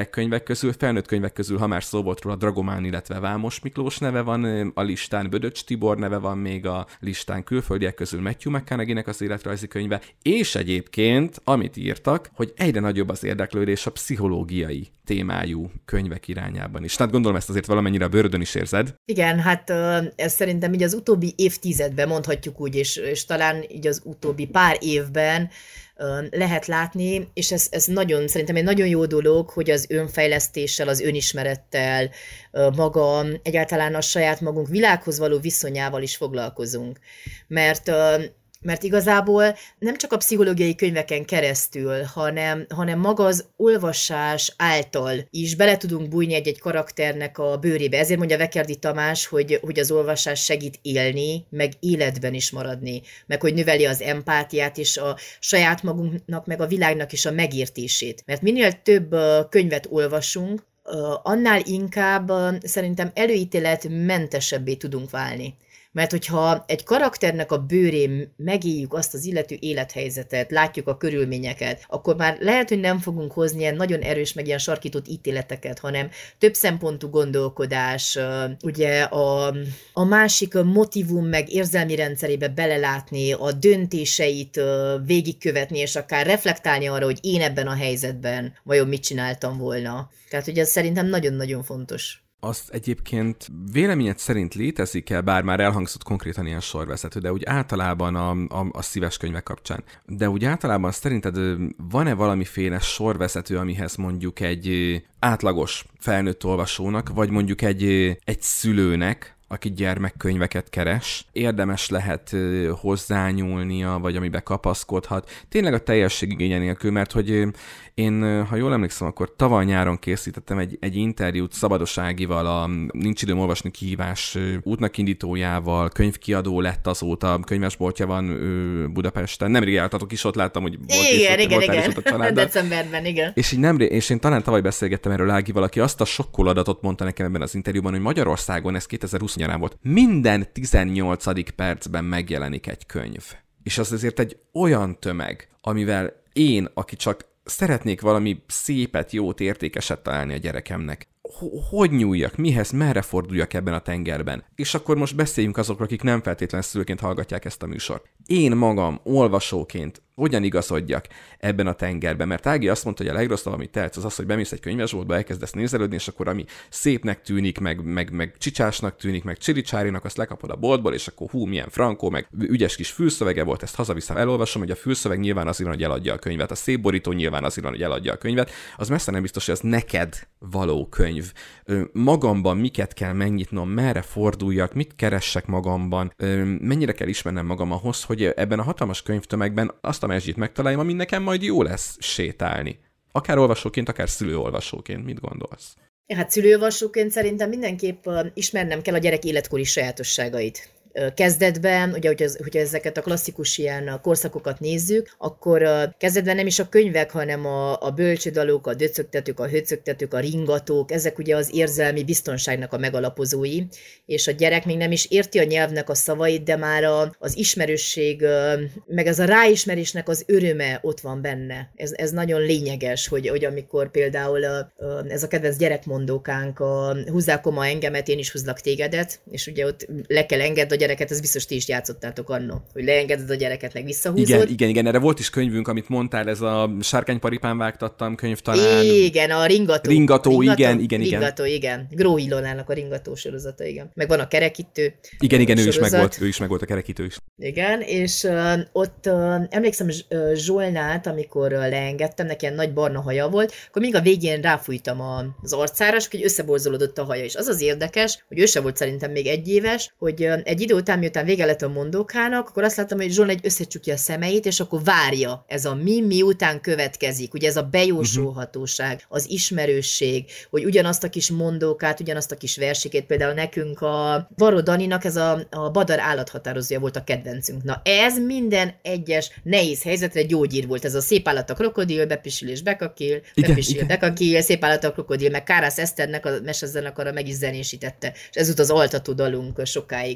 gyerekkönyvek közül, felnőtt könyvek közül, ha már szó volt róla, Dragomán, illetve Vámos Miklós neve van a listán, Bödöcs Tibor neve van még a listán, külföldiek közül Matthew McConaughey-nek az életrajzi könyve, és egyébként, amit írtak, hogy egyre nagyobb az érdeklődés a pszichológiai témájú könyvek irányában is. Tehát gondolom ezt azért valamennyire a bőrödön is érzed.
Igen, hát ez szerintem így az utóbbi évtizedben mondhatjuk úgy, és, és talán így az utóbbi pár évben lehet látni, és ez, ez nagyon, szerintem egy nagyon jó dolog, hogy az önfejlesztéssel, az önismerettel, maga, egyáltalán a saját magunk világhoz való viszonyával is foglalkozunk. Mert Mert igazából nem csak a pszichológiai könyveken keresztül, hanem, hanem maga az olvasás által is bele tudunk bújni egy-egy karakternek a bőrébe. Ezért mondja Vekerdi Tamás, hogy, hogy az olvasás segít élni, meg életben is maradni, meg hogy növeli az empátiát és a saját magunknak, meg a világnak is a megértését. Mert minél több könyvet olvasunk, annál inkább szerintem előítéletmentesebbé tudunk válni. Mert hogyha egy karakternek a bőrén megéljük azt az illető élethelyzetet, látjuk a körülményeket, akkor már lehet, hogy nem fogunk hozni ilyen nagyon erős, meg ilyen sarkított ítéleteket, hanem több szempontú gondolkodás, ugye a, a másik motivum meg érzelmi rendszerébe belelátni, a döntéseit végigkövetni, és akár reflektálni arra, hogy én ebben a helyzetben vajon mit csináltam volna. Tehát, hogy ez szerintem nagyon-nagyon fontos.
Azt egyébként véleményed szerint létezik-e, bár már elhangzott konkrétan ilyen sorvezető, de úgy általában a, a, a szíves könyvek kapcsán. De úgy általában szerinted van-e valamiféle sorvezető, amihez mondjuk egy átlagos felnőtt olvasónak, vagy mondjuk egy, egy szülőnek, aki gyermekkönyveket keres, érdemes lehet hozzányúlnia, vagy amibe kapaszkodhat. Tényleg a teljesség igénye nélkül, mert hogy én, ha jól emlékszem, akkor tavaly nyáron készítettem egy, egy interjút Szabados Ágival, a Nincs időm olvasni kihívás útnak indítójával, könyvkiadó lett azóta, könyvesboltja van Budapesten. Nemrég jártatok is, ott láttam, hogy volt
igen,
is,
igen,
igen,
igen.
is ott a családdal.
Decemberben, igen.
És, így nemrég, és én talán tavaly beszélgettem erről Ágival, aki azt a sokkoló adatot mondta nekem ebben az interjúban, hogy Magyarországon ez kétezer-húsz nyarán volt. Minden tizennyolcadik percben megjelenik egy könyv. És az azért egy olyan tömeg, amivel én, aki csak szeretnék valami szépet, jót, értékeset találni a gyerekemnek, hogy nyúljak, mihez, merre forduljak ebben a tengerben. És akkor most beszéljünk azokról, akik nem feltétlenül szülőként hallgatják ezt a műsort. Én magam, olvasóként hogyan igazodjak ebben a tengerben, mert Ági azt mondta, hogy a legrosszabb, amit tehetsz, az az, hogy bemész egy könyvesboltba, elkezdesz nézelődni, és akkor ami szépnek tűnik, meg, meg, meg csicsásnak tűnik, meg csiricsárinak, azt lekapod a boltból, és akkor hú, milyen frankó, meg ügyes kis fülszövege volt, ezt hazaviszem, elolvasom, hogy a fülszöveg nyilván azért van, hogy eladja a könyvet, a szép borító nyilván azért van, hogy eladja a könyvet, az messze nem biztos, hogy az neked való könyv. Magamban miket kell megnyitnom, merre forduljak, mit keressek magamban, mennyire kell ismernem magam ahhoz, hogy ebben a hatalmas könyvtömegben azt a mesdjét megtaláljam, ami nekem majd jó lesz sétálni. Akár olvasóként, akár szülőolvasóként. Mit gondolsz?
Hát szülőolvasóként szerintem mindenképp ismernem kell a gyerek életkori sajátosságait. Kezdetben, ugye, hogyha, hogyha ezeket a klasszikus ilyen korszakokat nézzük, akkor kezdetben nem is a könyvek, hanem a, a bölcsődalok, a döcögtetők, a höcögtetők, a ringatók, ezek ugye az érzelmi biztonságnak a megalapozói, és a gyerek még nem is érti a nyelvnek a szavait, de már a, az ismerősség, meg ez a ráismerésnek az öröme ott van benne. Ez, ez nagyon lényeges, hogy, hogy amikor például ez a kedvenc gyerekmondókánk, a húzzál koma engemet, én is húzlak tégedet, és ugye ott le kell engedni a gyereket, ez biztos ti is játszottátok annó, hogy leengeded a gyereket, meg visszahúzod.
Igen, igen, igen, erre volt is könyvünk, amit mondtál, ez a Sárkányparipán vágtattam könyv talán.
Igen, a ringató.
Ringató, ringató igen, igen, igen.
Ringató, igen. Gró Ilonának a ringató sorozata, igen. Meg van a kerekítő.
Igen, igen, ő is megvolt, ő is megvolt a kerekítő is.
Igen, és uh, ott uh, emlékszem Zsolnát, amikor uh, leengedtem, neki ilyen nagy barna haja volt, akkor még a végén ráfújtam a, az arcára, és akkor összeborzolódott a haja. És az az érdekes, hogy ő se volt szerintem még egy éves, hogy uh, egy idő után, miután vége lett a mondókának, akkor azt láttam, hogy Zsolna egy összecsukja a szemeit, és akkor várja ez a mi, miután következik. Ugye ez a bejósolhatóság, az ismerősség, hogy ugyanazt a kis mondókát, ugyanazt a kis versikét, például nekünk a Varró Daninak ez a, a Badar állathatározója volt a kedvencünk. Na ez minden egyes nehéz helyzetre gyógyír volt. Ez a szép állat a krokodil, bepisül és bekakil, bepisül, bekakil, szép állat a krokodil, meg Kárász Eszternek a mesezenekara meg is zenésítette. És ez volt az altató dalunk sokáig. És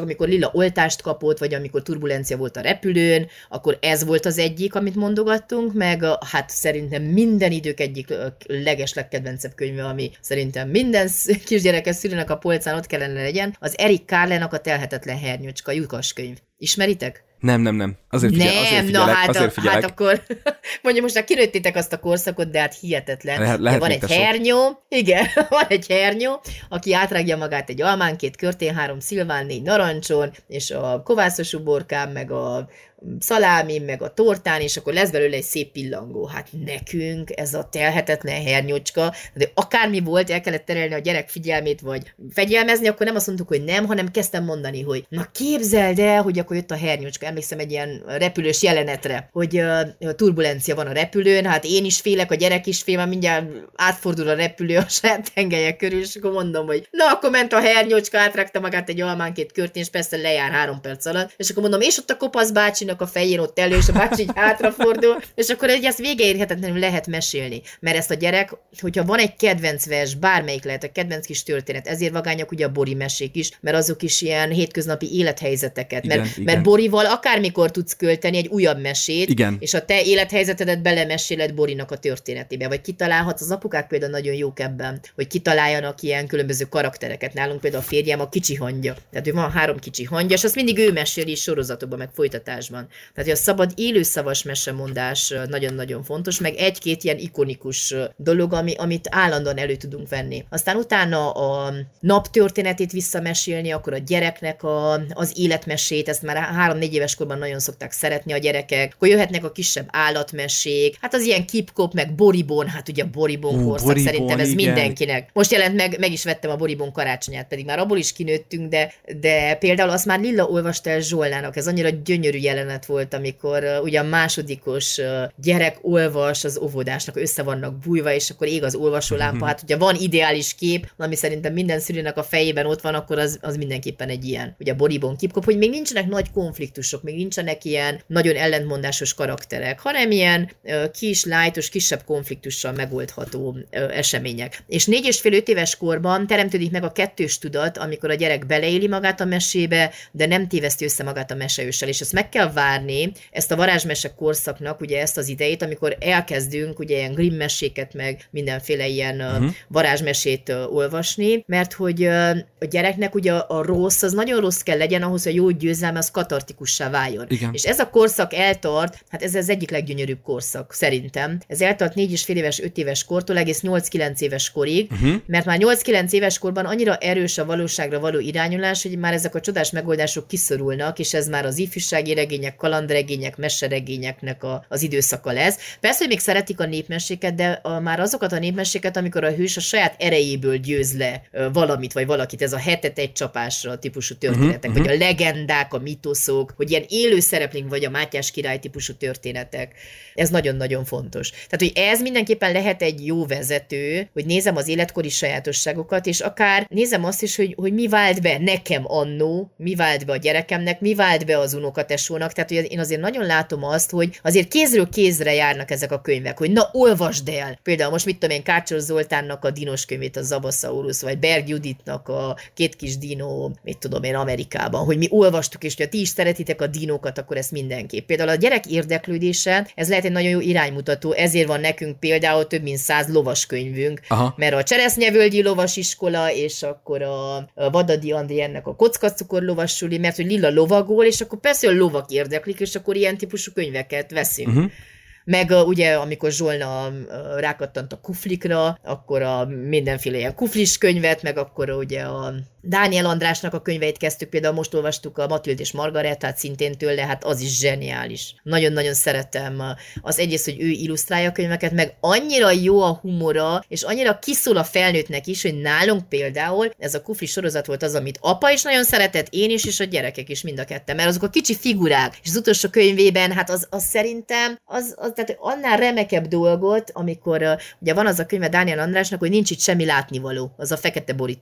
amikor Lilla oltást kapott, vagy amikor turbulencia volt a repülőn, akkor ez volt az egyik, amit mondogattunk, meg hát szerintem minden idők egyik leges legkedvencebb könyve, ami szerintem minden kisgyerekes szülőnek a polcán ott kellene legyen, az Eric Carle-nak a Telhetetlen hernyócska, lyukas könyv. Ismeritek?
Nem, nem, nem. Azért, figyel,
nem,
azért figyelek,
na, hát,
azért
a,
figyelek.
hát akkor, mondja, most már kinőttétek azt a korszakot, de hát hihetetlen.
Lehet, lehet
van egy hernyó, igen, van egy hernyó, aki átrágja magát egy almán, két körtén, három szilván, négy narancson, és a kovászos uborkán, meg a szalámi, meg a tortán, és akkor lesz belőle egy szép pillangó. Hát nekünk ez a telhetetlen hernyócska, de akármi volt, el kellett terelni a gyerek figyelmét, vagy fegyelmezni, akkor nem azt mondtuk, hogy nem, hanem kezdtem mondani, hogy na képzeld el, hogy akkor jött a hernyócska. Emlékszem egy ilyen repülős jelenetre, hogy uh, turbulencia van a repülőn, hát én is félek, a gyerek is fél, mert mindjárt átfordul a repülő a saját tengelye körül, és akkor mondom, hogy na, akkor ment a hernyócska, átrágta magát egy almán, két körtén, és persze lejár három perc alatt, és akkor mondom, és ott a kopasz bácsi a fején ott elő, és a bácsi így hátrafordul, és akkor egy ezt végeérhetetlenül lehet mesélni. Mert ezt a gyerek, hogyha van egy kedvenc vers, bármelyik lehet a kedvenc kis történet, ezért vagányak ugye a Bori mesék is, mert azok is ilyen hétköznapi élethelyzeteket.
Igen,
mert,
igen.
mert Borival akármikor tudsz költeni egy újabb mesét,
igen.
és a te élethelyzetedet belemeséled Borinak a történetébe. Vagy kitalálhatsz, az apukák például nagyon jók ebben, hogy kitaláljanak ilyen különböző karaktereket. Nálunk például a férjem a kicsi hangya. Tehát ő van három kicsi hangya, és azt mindig ő meséli sorozatokban, meg folytatásban. Tehát, hogy a szabad élőszavas mesemondás nagyon-nagyon fontos, meg egy-két ilyen ikonikus dolog, ami, amit állandóan elő tudunk venni. Aztán utána a naptörténetét visszamesélni, akkor a gyereknek a, az életmesét, ezt már három-négy éves korban nagyon szokták szeretni a gyerekek, akkor jöhetnek a kisebb állatmesék, hát az ilyen Kipkop, meg Boribon, hát ugye a Boribon korszak, Boribon, szerintem ez igen. mindenkinek. Most jelent meg, meg is vettem a Boribon karácsonyát, pedig már abból is kinőttünk, de, de például azt már Lilla olvasta el Zsolnának, ez annyira gyönyörű jelenet volt, amikor uh, ugye a másodikos uh, gyerek olvas az óvodásnak, össze vannak bújva, és akkor ég az olvasólámpa. Mm-hmm. Hát ugye van ideális kép, ami szerintem minden szülőnek a fejében ott van, akkor az, az mindenképpen egy ilyen. Ugye a Boribon Kipkop, hogy még nincsenek nagy konfliktusok, még nincsenek ilyen nagyon ellentmondásos karakterek, hanem ilyen uh, kis, lájtos, kisebb konfliktussal megoldható uh, események. És négy és fél öt éves korban teremtődik meg a kettős tudat, amikor a gyerek beleéli magát a mesébe, de nem téveszti össze magát a meseőssel, és ezt meg kell várni, ezt a varázsmese korszaknak, ugye ezt az idejét, amikor elkezdünk ugye ilyen Grimm meséket, meg mindenféle ilyen uh-huh. varázsmesét uh, olvasni, mert hogy uh, a gyereknek ugye a, a rossz, az nagyon rossz kell legyen ahhoz, hogy a jó győzelme az katartikussá váljon. Igen. És ez a korszak eltart, hát ez az egyik leggyönyörűbb korszak, szerintem. Ez eltart négy és fél éves, öt éves kortól egész nyolc-kilenc éves korig, uh-huh. mert már nyolc-kilenc éves korban annyira erős a valóságra való irányulás, hogy már ezek a csodás megoldások kiszorulnak, és ez már az ifjúsági regények, kalandregények, meseregényeknek a, az időszaka lesz. Persze, hogy még szeretik a népmeséket, de a, már azokat a népmeséket, amikor a hős a saját erejéből győz le uh, valamit, vagy valakit, ez a hetet egy csapásra típusú történetek, uh-huh, vagy uh-huh. a legendák, a mitoszok, hogy ilyen élő szereplőnk, vagy a Mátyás király típusú történetek. Ez nagyon-nagyon fontos. Tehát, hogy ez mindenképpen lehet egy jó vezető, hogy nézem az életkori sajátosságokat, és akár nézem azt is, hogy, hogy mi vált be nekem annó, mi vált be a gyerekemnek, mi vált be az unokatesónak. Tehát, hogy én azért nagyon látom azt, hogy azért kézről kézre járnak ezek a könyvek, hogy na, olvasd el. Például most mit tudom én, Kácsos Zoltánnak a dinos könyvét, a Zabasaurus, vagy Berg Juditnak a Két kis dinó, mit tudom én, Amerikában, hogy mi olvastuk, és hogy ti is szeretitek a dinókat, akkor ezt mindenképp. Például a gyerek érdeklődése, ez lehet egy nagyon jó iránymutató, ezért van nekünk például több mint száz lovaskönyvünk, aha. mert a Cseresznyevölgyi lovasiskola, és akkor a Vadadi Andri ennek a Kockacukor lovassuli, mert hogy Lilla lovagol, és akkor persze a lovak érdeklik, és akkor ilyen típusú könyveket veszünk. Uh-huh. Meg uh, ugye, amikor Zsolna uh, rákattant a kuflikra, akkor a mindenféle ilyen kuflis könyvet, meg akkor ugye a Dániel Andrásnak a könyveit kezdtük, például most olvastuk a Matild és Margaretát szintén tőle, hát az is zseniális. Nagyon-nagyon szeretem az egyrészt, hogy ő illusztrálja a könyveket, meg annyira jó a humora, és annyira kiszól a felnőttnek is, hogy nálunk például ez a kufli sorozat volt az, amit apa is nagyon szeretett, én is, és a gyerekek is mind a ketten, mert azok a kicsi figurák, és az utolsó könyvében, hát az, az szerintem, az, az tehát annál remekebb dolgot, amikor ugye van az a könyve Dániel Andrásnak, hogy nincs itt semmi látnivaló, az a fekete borítós.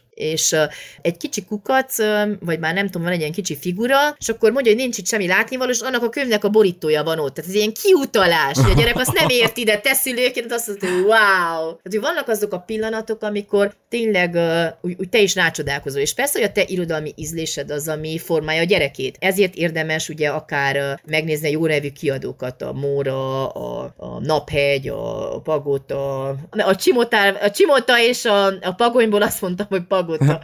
és egy kicsi kukac, vagy már nem tudom, van egy ilyen kicsi figura, és akkor mondja, hogy nincs itt semmi látnivaló, és annak a könyvnek a borítója van ott. Tehát ez ilyen kiutalás, hogy a gyerek azt nem érti, de te szülőként azt mondja, hogy wow! Tehát, hogy vannak azok a pillanatok, amikor tényleg úgy, úgy te is rácsodálkozol. És persze, hogy a te irodalmi ízlésed az, ami formálja a gyerekét. Ezért érdemes ugye akár megnézni a jó nevű kiadókat, a Móra, a, a Naphegy, a Pagota, a Csimota, a Csimota és a, a Pagonyból azt mondtam, hogy Pagota.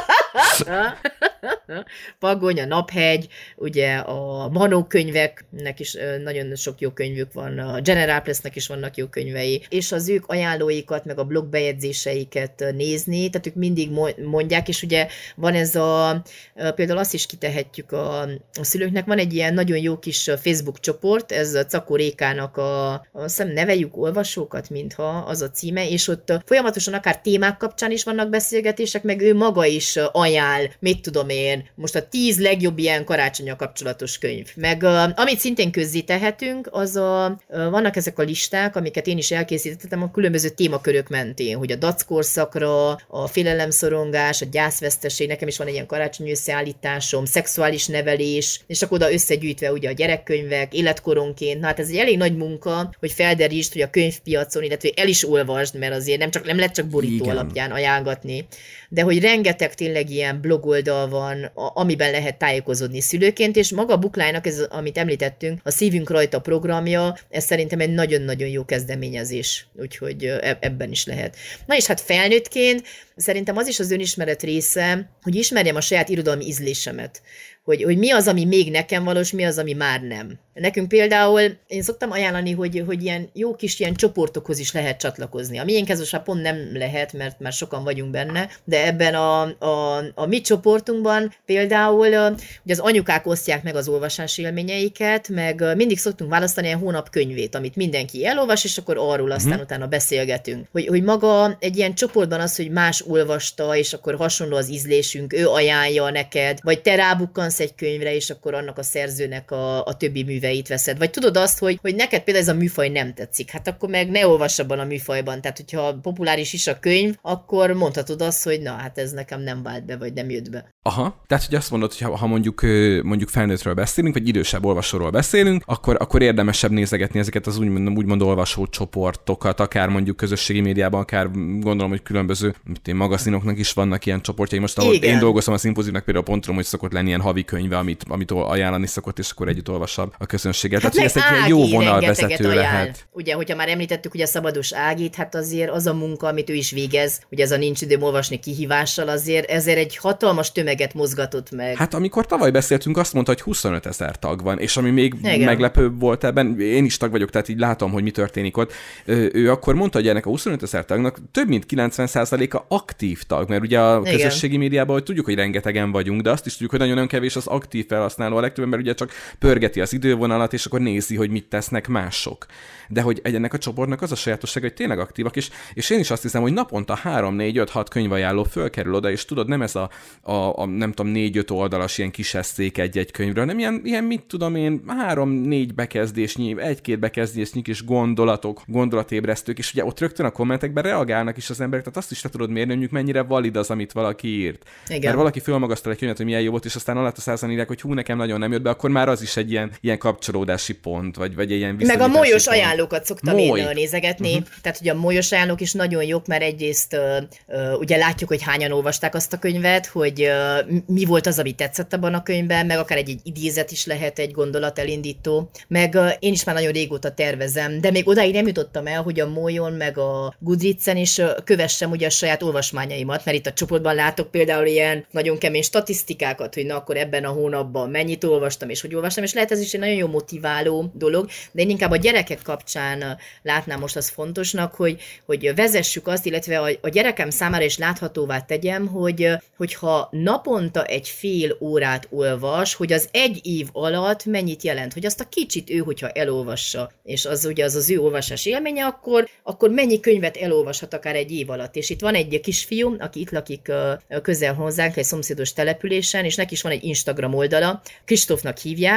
Pagony, a Naphegy, ugye a Manó könyveknek is nagyon sok jó könyvük van, a General Pressnek is vannak jó könyvei, és az ők ajánlóikat, meg a blog bejegyzéseiket nézni, tehát ők mindig mondják, és ugye van ez a, például azt is kitehetjük a, a szülőknek, van egy ilyen nagyon jó kis Facebook csoport, ez a Cakó Rékának a, azt hiszem neveljük olvasókat, mintha az a címe, és ott folyamatosan akár témák kapcsán is vannak beszélgetések, meg ő maga is ajánl, mit tudom én, most a tíz legjobb ilyen karácsonnyal kapcsolatos könyv. Meg amit szintén közzé tehetünk, az a, vannak ezek a listák, amiket én is elkészítettem a különböző témakörök mentén, hogy a dackorszakra, a félelemszorongás, a gyászveszteség, nekem is van egy ilyen karácsonyi összeállításom, szexuális nevelés, és akkor oda összegyűjtve ugye a gyerekkönyvek, életkoronként, na hát ez egy elég nagy munka, hogy felderítsd, hogy a könyvpiacon, illetve el is olvasd, mert azért nem, csak, nem lehet csak borító Igen. alapján ajánlgatni, de hogy rengeteg tényleg ilyen blogoldal van, amiben lehet tájékozódni szülőként, és maga a Bookline-nak, ez, amit említettünk, a Szívünk rajta programja, ez szerintem egy nagyon-nagyon jó kezdeményezés, úgyhogy ebben is lehet. Na és hát felnőttként szerintem az is az önismeret része, hogy ismerjem a saját irodalmi ízlésemet, hogy, hogy mi az, ami még nekem valós, mi az, ami már nem. Nekünk például, én szoktam ajánlani, hogy, hogy ilyen jó kis ilyen csoportokhoz is lehet csatlakozni. A miénkhez most már pont nem lehet, mert már sokan vagyunk benne, de ebben a, a, a mi csoportunkban például ugye az anyukák osztják meg az olvasás élményeiket, meg mindig szoktunk választani egy hónap könyvét, amit mindenki elolvas, és akkor arról aztán uh-huh. utána beszélgetünk. Hogy, hogy maga egy ilyen csoportban az, hogy más olvasta, és akkor hasonló az ízlésünk, ő ajánlja neked, vagy te rábukkansz egy könyvre, és akkor annak a szerzőnek a, a többi műveit veszed. Vagy tudod azt, hogy, hogy neked például ez a műfaj nem tetszik, hát akkor meg ne olvass abban a műfajban. Tehát, hogyha populáris is a könyv, akkor mondhatod azt, hogy na, hát ez nekem nem vált be, vagy nem jött be.
Aha, tehát, hogy azt mondod, hogy ha, ha mondjuk, mondjuk felnőttről beszélünk, vagy idősebb olvasóról beszélünk, akkor, akkor érdemesebb nézegetni ezeket az úgymond, úgymond olvasó csoportokat, akár mondjuk közösségi médiában, akár gondolom, hogy különböző mint én, magazinoknak is vannak ilyen csoportjai. Most ahol én dolgozom a Szimpóziumnak, például pont tudom, hogy szokott lenni ilyen havi könyve, amit, amit ajánlani szokott, és akkor együtt olvassa a közönséget. Hát tehát, hogy ez egy jó vonalvezető lehet.
Ugye, hogyha már említettük, hogy a Szabados Ágit, hát azért az a munka, amit ő is végez, hogy ez a nincs időm olvasni kihívással, azért ezért egy hatalmas tömeget mozgatott meg.
Hát amikor tavaly beszéltünk, azt mondta, hogy huszonöt ezer tag van, és ami még Igen. meglepőbb volt ebben, én is tag vagyok, tehát így látom, hogy mi történik ott. Ő akkor mondta, hogy ennek a huszonöt ezer tagnak több mint kilencven százaléka aktív tag, mert ugye a Igen. közösségi médiában, hogy tudjuk, hogy rengetegen vagyunk, de azt is tudjuk, hogy nagyon kevés az aktív felhasználó, a legtöbb ember ugye csak pörgeti az idővonalat, és akkor nézi, hogy mit tesznek mások. De hogy ennek a csoportnak az a sajátosság, hogy tényleg aktívak, és, és én is azt hiszem, hogy naponta három, négy, öt, hat könyvajánló fölkerül oda, és tudod, nem ez a, a, a nem tudom, négy, öt oldalas ilyen kis eszék egy-egy könyvről, hanem ilyen, ilyen mit tudom én, három, négy bekezdésnyi, egy-két bekezdésnyi kis gondolatok, gondolatébresztők, és ugye ott rögtön a kommentekben reagálnak is az emberek, tehát azt is te tudod mérni, hogy mennyire valid az, amit valaki írt. Igen. Mert valaki fölmagasztal egy könyvet, hogy milyen jó volt, és aztán alá százan írják, hogy hú, nekem nagyon nem jött be, akkor már az is egy ilyen, ilyen kapcsolódási pont, vagy, vagy egy ilyen
meg a molyos pont. Ajánlókat szoktam Moly. én nézegetni, uh-huh. tehát ugye a molyos ajánlók is nagyon jók, mert egyrészt uh, uh, ugye látjuk, hogy hányan olvasták azt a könyvet, hogy uh, mi volt az, ami tetszett abban a könyvben, meg akár egy, egy idézet is lehet, egy gondolat elindító, meg uh, én is már nagyon régóta tervezem, de még odáig nem jutottam el, hogy a Molyon, meg a Goodreadsen is uh, kövessem ugye a saját olvasmányaimat, mert itt a csoportban látok például ilyen nagyon kemény statisztikákat, hogy na akkor ebben a hónapban mennyit olvastam, és hogy olvastam, és lehet ez is egy nagyon jó motiváló dolog, de én inkább a gyerekek kapcsán látnám most azt fontosnak, hogy, hogy vezessük azt, illetve a, a gyerekem számára is láthatóvá tegyem, hogy hogyha naponta egy fél órát olvas, hogy az egy év alatt mennyit jelent, hogy azt a kicsit ő, hogyha elolvassa, és az ugye az az ő olvasás élménye, akkor, akkor mennyi könyvet elolvashat akár egy év alatt. És itt van egy kisfiú, aki itt lakik közel hozzánk, egy szomszédos településen, és neki is van egy Instagram oldala, Kristófnak hívják,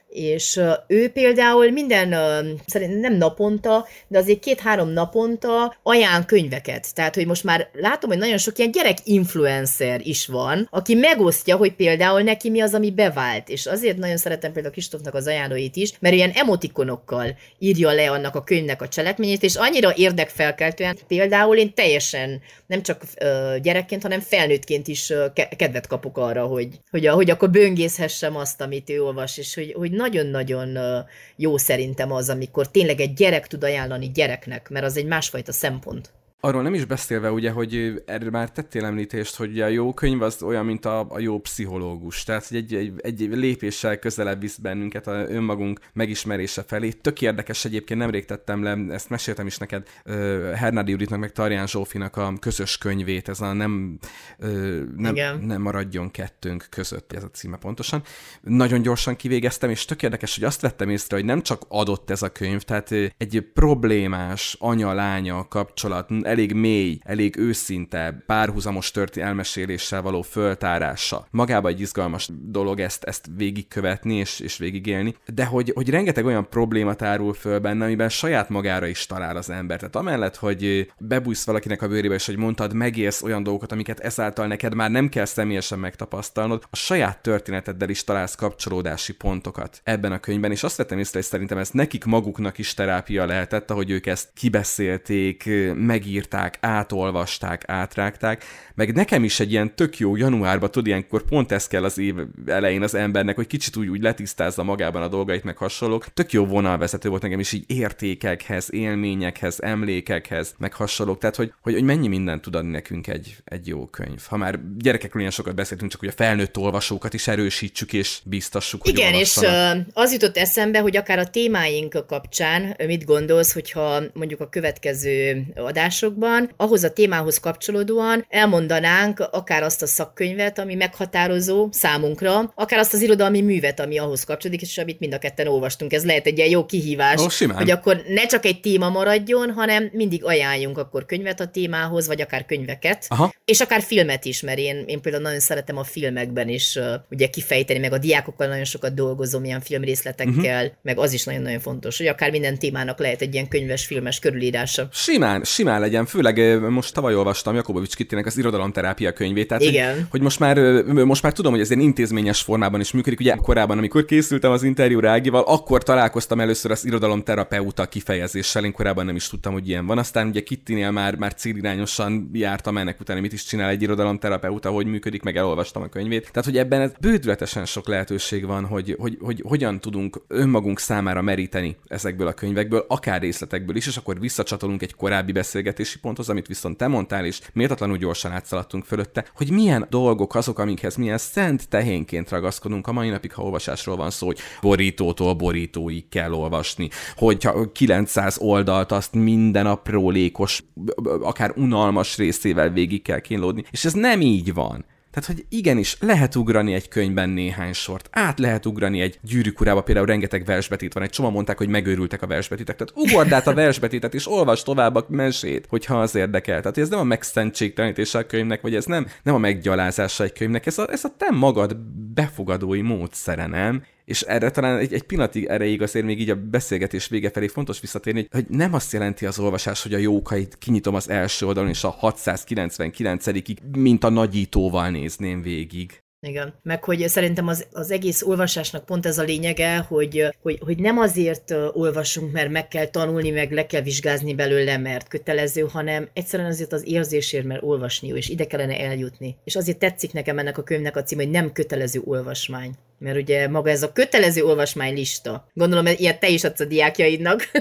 És ő például minden, szerintem nem naponta, de azért két-három naponta ajánl könyveket. Tehát, hogy most már látom, hogy nagyon sok ilyen gyerek-influencer is van, aki megosztja, hogy például neki mi az, ami bevált. És azért nagyon szeretem például Kristófnak az ajánlóit is, mert ilyen emotikonokkal írja le annak a könyvnek a cselekményét, és annyira érdekfelkeltően, például én teljesen nem csak gyerekként, hanem felnőttként is kedvet kapok arra, hogy, hogy, hogy akkor böngészhessem azt, amit ő olvas, és hogy, hogy nagyon-nagyon jó szerintem az, amikor tényleg egy gyerek tud ajánlani gyereknek, mert az egy másfajta szempont.
Arról nem is beszélve, ugye, hogy erről már tettél említést, hogy ugye a jó könyv az olyan, mint a, a jó pszichológus. Tehát, hogy egy, egy, egy lépéssel közelebb visz bennünket a önmagunk megismerése felé. Tök érdekes egyébként, nemrég tettem le, ezt meséltem is neked, Hernádi Juditnak, meg Tarján Zsófinak a közös könyvét, ez a nem, nem, nem maradjon kettőnk között, ez a címe pontosan. Nagyon gyorsan kivégeztem, és tök érdekes, hogy azt vettem észre, hogy nem csak adott ez a könyv, tehát egy problémás anya-lánya kapcsolat, elég mély, elég őszinte, párhuzamos történet elmeséléssel való föltárása. Magában egy izgalmas dolog ezt, ezt végigkövetni és, és végigélni, de hogy, hogy rengeteg olyan probléma tárul föl benne, amiben saját magára is talál az ember. Tehát amellett, hogy bebújsz valakinek a bőrébe, és hogy mondtad, megélsz olyan dolgokat, amiket ezáltal neked már nem kell személyesen megtapasztalnod, a saját történeteddel is találsz kapcsolódási pontokat ebben a könyvben, és azt vettem észre, hogy szerintem ez nekik maguknak is terápia lehetett, ahogy ők ezt kibeszélték, megírták, átolvasták, átrágták, meg nekem is egy ilyen tök jó januárban, tudod, ilyenkor pont ez kell az év elején az embernek, hogy kicsit úgy, úgy letisztázza magában a dolgait, meg hasonlók. Tök jó vonalvezető volt nekem is így értékekhez, élményekhez, emlékekhez, meg hasonlók. Tehát, hogy, hogy, hogy mennyi mindent tud adni nekünk egy, egy jó könyv. Ha már gyerekekről ilyen sokat beszéltünk, csak hogy a felnőtt olvasókat is erősítsük és biztassuk, hogy
igen,
olvassanak.
És az jutott eszembe, hogy akár a témáink kapcsán mit gondolsz, hogyha mondjuk a következő adásokban ahhoz a témához kapcsolódóan elmondanánk akár azt a szakkönyvet, ami meghatározó számunkra, akár azt az irodalmi művet, ami ahhoz kapcsolódik, és amit mind a ketten olvastunk. Ez lehet egy ilyen jó kihívás,
oh,
hogy akkor ne csak egy téma maradjon, hanem mindig ajánljunk akkor könyvet a témához, vagy akár könyveket, aha, és akár filmet is, mert én, én például nagyon szeretem a filmekben is uh, ugye kifejteni, meg a diákokkal nagyon sokat dolgozom ilyen filmrészletekkel, uh-huh, meg az is nagyon-nagyon fontos, hogy akár minden témának lehet egy ilyen könyves, filmes körülírása.
Simán, simán legyen, főleg most tavaly olvastam Jakobovics Kittinek az irodalomterápia könyvét, tehát igen, hogy, hogy most, már, most már tudom, hogy ez egy intézményes formában is működik. Ugye korábban, amikor készültem az interjúra Ágival, akkor találkoztam először az irodalomterapeuta kifejezéssel, én korábban nem is tudtam, hogy ilyen van. Aztán ugye Kittinél már, már célirányosan jártam ennek után, mit is csinál egy irodalomterapeuta, hogy működik, meg elolvastam a könyvét. Tehát, hogy ebben bődületesen sok lehetőség van, hogy, hogy, hogy hogyan tudunk önmagunk számára meríteni ezekből a könyvekből, akár részletekből is, és akkor visszacsatolunk egy korábbi beszélgetési ponthoz, amit viszont te mondtál, és méltatlanul gyorsan átszaladtunk fölötte, hogy milyen dolgok azok, amikhez milyen szent tehénként ragaszkodunk a mai napig, ha olvasásról van szó, hogy borítótól borítóig kell olvasni, hogyha kilencszáz oldalt azt minden aprólékos, akár unalmas részével végig kell kínlódni, és ez nem így van. Tehát, hogy igenis, lehet ugrani egy könyvben néhány sort, át lehet ugrani egy Gyűrűk urába, például rengeteg versbetét van, egy csomó mondták, hogy megőrültek a versbetétek, tehát ugord át a versbetétet, és olvasd tovább a mesét, hogyha az érdekel. Tehát ez nem a megszentségtelenítése a könyvnek, vagy ez nem, nem a meggyalázása egy könyvnek, ez a, ez a te magad befogadói módszere, nem? És erre talán egy, egy pillanatig erejéig azért még így a beszélgetés vége felé fontos visszatérni, hogy nem azt jelenti az olvasás, hogy a jókait kinyitom az első oldalon, és a hatszázkilencvenkilencedikig mint a nagyítóval nézném végig.
Igen, meg hogy szerintem az, az egész olvasásnak pont ez a lényege, hogy, hogy, hogy nem azért olvasunk, mert meg kell tanulni, meg le kell vizsgázni belőle, mert kötelező, hanem egyszerűen azért az érzésért, mert olvasni jó, és ide kellene eljutni. És azért tetszik nekem ennek a könyvnek a cím, hogy nem kötelező olvasmány. Mert ugye maga ez a kötelező olvasmány lista. Gondolom, ilyet te is adsz a diákjaidnak.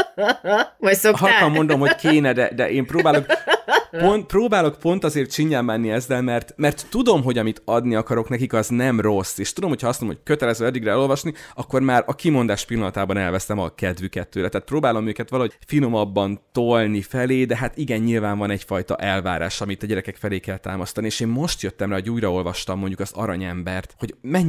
Vagy szoktál?
Halkan mondom, hogy kéne, de, de én próbálok pont, próbálok pont azért csinyán menni ezzel, mert, mert tudom, hogy amit adni akarok nekik, az nem rossz, és tudom, hogy ha azt mondom, hogy kötelező eddigre elolvasni, akkor már a kimondás pillanatában elvesztem a kedvüket tőle. Tehát próbálom őket valahogy finomabban tolni felé, de hát igen, nyilván van egyfajta elvárás, amit a gyerekek felé kell támasztani, és én most jöttem rá, hogy újra olvastam mondjuk az Aranyembert, hogy mennyire brilliáns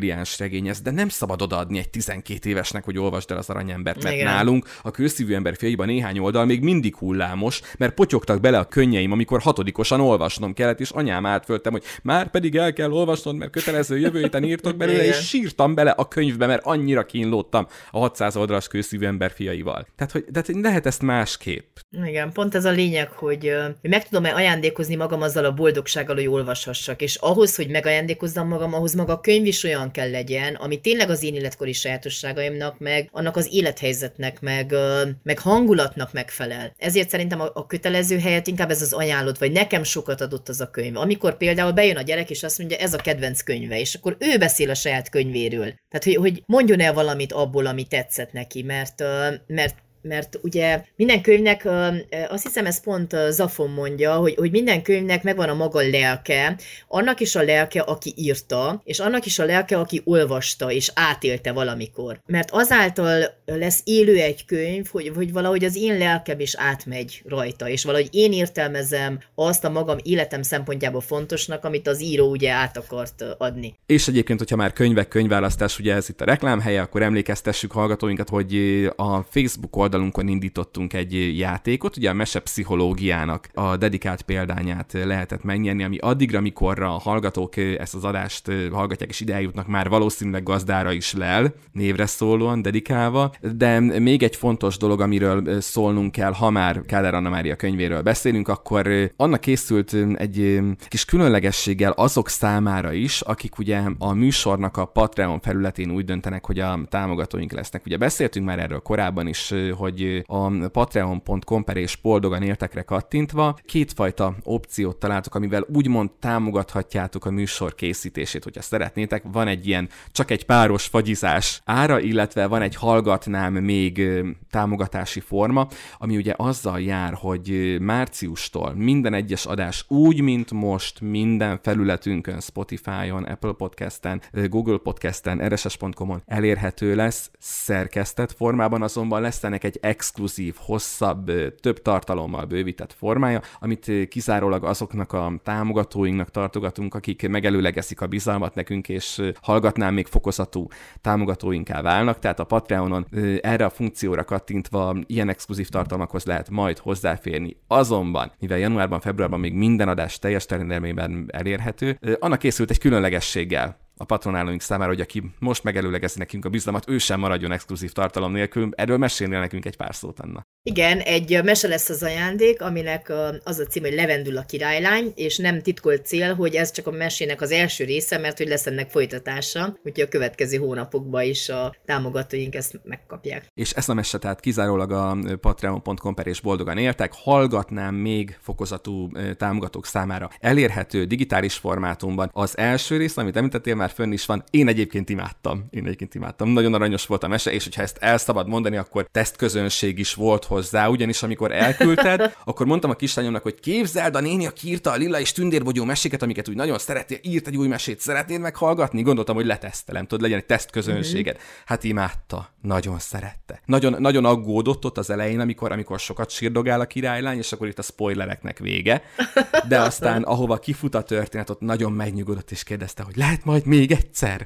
brilliáns regény ez, de nem szabad odaadni egy tizenkét évesnek, hogy olvasd el az Aranyembert, mert
Igen.
nálunk a Kőszívű ember fiaiban néhány oldal még mindig hullámos, mert potyogtak bele a könnyeim, amikor hatodikosan olvasnom kellett, és anyám átföltem, hogy már pedig el kell olvasnod, mert kötelező, jövő héten írtok belőle, és sírtam bele a könyvbe, mert annyira kínlódtam a hatszáz oldalas Kőszívű ember fiaival. Tehát, hogy, tehát lehet ezt másképp.
Igen, pont ez a lényeg, hogy, hogy meg tudom-e ajándékozni magam azzal a boldogsággal, hogy olvashassak, és ahhoz, hogy megajándékozzam magam, ahhoz maga a könyv is olyan kell legyen, ami tényleg az én életkori sajátosságaimnak, meg annak az élethelyzetnek, meg, meg hangulatnak megfelel. Ezért szerintem a, a kötelező helyett inkább ez az ajánlott, vagy nekem sokat adott az a könyv. Amikor például bejön a gyerek, és azt mondja, ez a kedvenc könyve, és akkor ő beszél a saját könyvéről. Tehát, hogy, hogy mondjon el valamit abból, ami tetszett neki, mert, mert mert ugye minden könyvnek, azt hiszem ez pont Zafon mondja, hogy, hogy minden könyvnek megvan a maga lelke, annak is a lelke, aki írta, és annak is a lelke, aki olvasta, és átélte valamikor. Mert azáltal lesz élő egy könyv, hogy, hogy valahogy az én lelkem is átmegy rajta, és valahogy én értelmezem azt a magam életem szempontjából fontosnak, amit az író ugye át akart adni.
És egyébként, hogyha már könyvek, könyvválasztás, ugye ez itt a reklámhelye, akkor emlékeztessük hallgatóinkat, hogy a Facebook oldalunkon indítottunk egy játékot, ugye a mesepszichológiának a dedikált példányát lehetett megnyerni, ami addigra, amikor a hallgatók ezt az adást hallgatják és ide eljutnak, már valószínűleg gazdára is lel, névre szólóan, dedikálva, de még egy fontos dolog, amiről szólnunk kell, ha már Kádár Anna Mária könyvéről beszélünk, akkor annak készült egy kis különlegességgel azok számára is, akik ugye a műsornak a Patreon felületén úgy döntenek, hogy a támogatóink lesznek. Ugye beszéltünk már erről korábban is, hogy a patreon pont com per és boldogan éltekre kattintva kétfajta opciót találtok, amivel úgymond támogathatjátok a műsor készítését, hogyha szeretnétek. Van egy ilyen csak egy páros fagyizás ára, illetve van egy hallgatnám még támogatási forma, ami ugye azzal jár, hogy márciustól minden egyes adás úgy, mint most minden felületünkön, Spotify-on, Apple Podcasten, Google Podcasten, er es es pont com-on elérhető lesz, szerkesztett formában, azonban lesz ennek egy exkluzív, hosszabb, több tartalommal bővített formája, amit kizárólag azoknak a támogatóinknak tartogatunk, akik megelőlegeszik a bizalmat nekünk, és hallgatnám még fokozatú támogatóinká válnak, tehát a Patreonon erre a funkcióra kattintva ilyen exkluzív tartalmakhoz lehet majd hozzáférni. Azonban, mivel januárban, februárban még minden adás teljes terjedelmében elérhető, annak készült egy különlegességgel a patronálóink számára, hogy aki most megelőlegezi nekünk a bizalmat, ő sem maradjon exkluzív tartalom nélkül. Erről mesélnél nekünk egy pár szót, Anna.
Igen, egy mese lesz az ajándék, aminek az a cím, hogy Levendula a királylány, és nem titkolt cél, hogy ez csak a mesének az első része, mert hogy lesz ennek folytatása, úgyhogy a következő hónapokban is a támogatóink ezt megkapják.
És ezt a mese tehát kizárólag a patreon pont com per és boldogan éltek, hallgatnám még fokozatú támogatók számára elérhető digitális formátumban. Az első rész, amit említettél, már fönn is van. Én egyébként imádtam. Én egyébként imádtam. Nagyon aranyos volt a mese, és hogyha ezt el szabad mondani, akkor tesztközönség is volt hozzá, ugyanis amikor elküldted, akkor mondtam a kislányomnak, hogy képzeld, a néni, aki írta a Lilla és Tündérbogyó meséket, amiket úgy nagyon szeretél, írt egy új mesét, szeretnéd meghallgatni? Gondoltam, hogy letesztelem, tudod, legyen egy tesztközönséged. Hát imádta. Nagyon szerette. Nagyon, nagyon aggódott ott az elején, amikor, amikor sokat sírdogál a királylány, és akkor itt a spoilereknek vége. De aztán, ahova kifut a történet, ott nagyon megnyugodott, és kérdezte, hogy lehet majd még egyszer?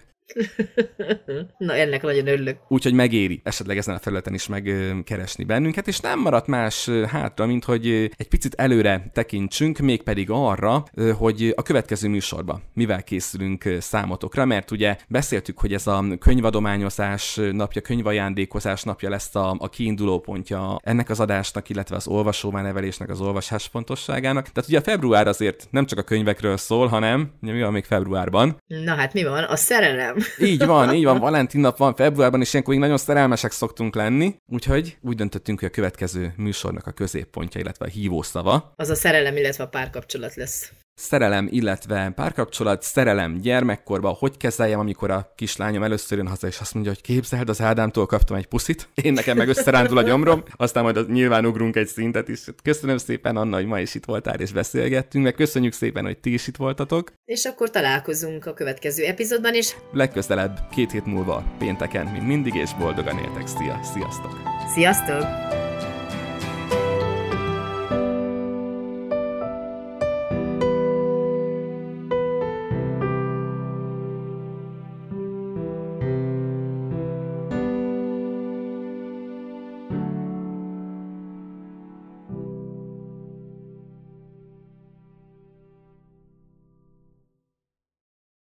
Na, ennek nagyon örülök.
Úgyhogy megéri esetleg ezen a felületen is megkeresni bennünket, és nem maradt más hátra, mint hogy egy picit előre tekintsünk, mégpedig arra, hogy a következő műsorban mivel készülünk számotokra, mert ugye beszéltük, hogy ez a könyvadományozás napja, könyvajándékozás napja lesz a, a kiinduló pontja ennek az adásnak, illetve az olvasóvá nevelésnek, az olvasás fontosságának. Tehát ugye a február azért nem csak a könyvekről szól, hanem mi van még februárban?
Na hát mi van? A szerelem.
Így van, így van, Valentin nap van februárban, és ilyenkor még nagyon szerelmesek szoktunk lenni, úgyhogy úgy döntöttünk, hogy a következő műsornak a középpontja, illetve a hívószava
az a szerelem, illetve a párkapcsolat lesz.
Szerelem, illetve párkapcsolat, szerelem gyermekkorban, hogy kezeljem, amikor a kislányom először jön haza, és azt mondja, hogy képzeld, az Ádámtól kaptam egy puszit, én nekem meg összerándul a gyomrom, aztán majd nyilván ugrunk egy szintet is. Köszönöm szépen, Anna, hogy ma is itt voltál, és beszélgettünk, meg köszönjük szépen, hogy ti is itt voltatok.
És akkor találkozunk a következő epizódban is.
Legközelebb, két hét múlva, pénteken, mint mindig, és boldogan éltek. Szia, sziasztok!
Sziasztok!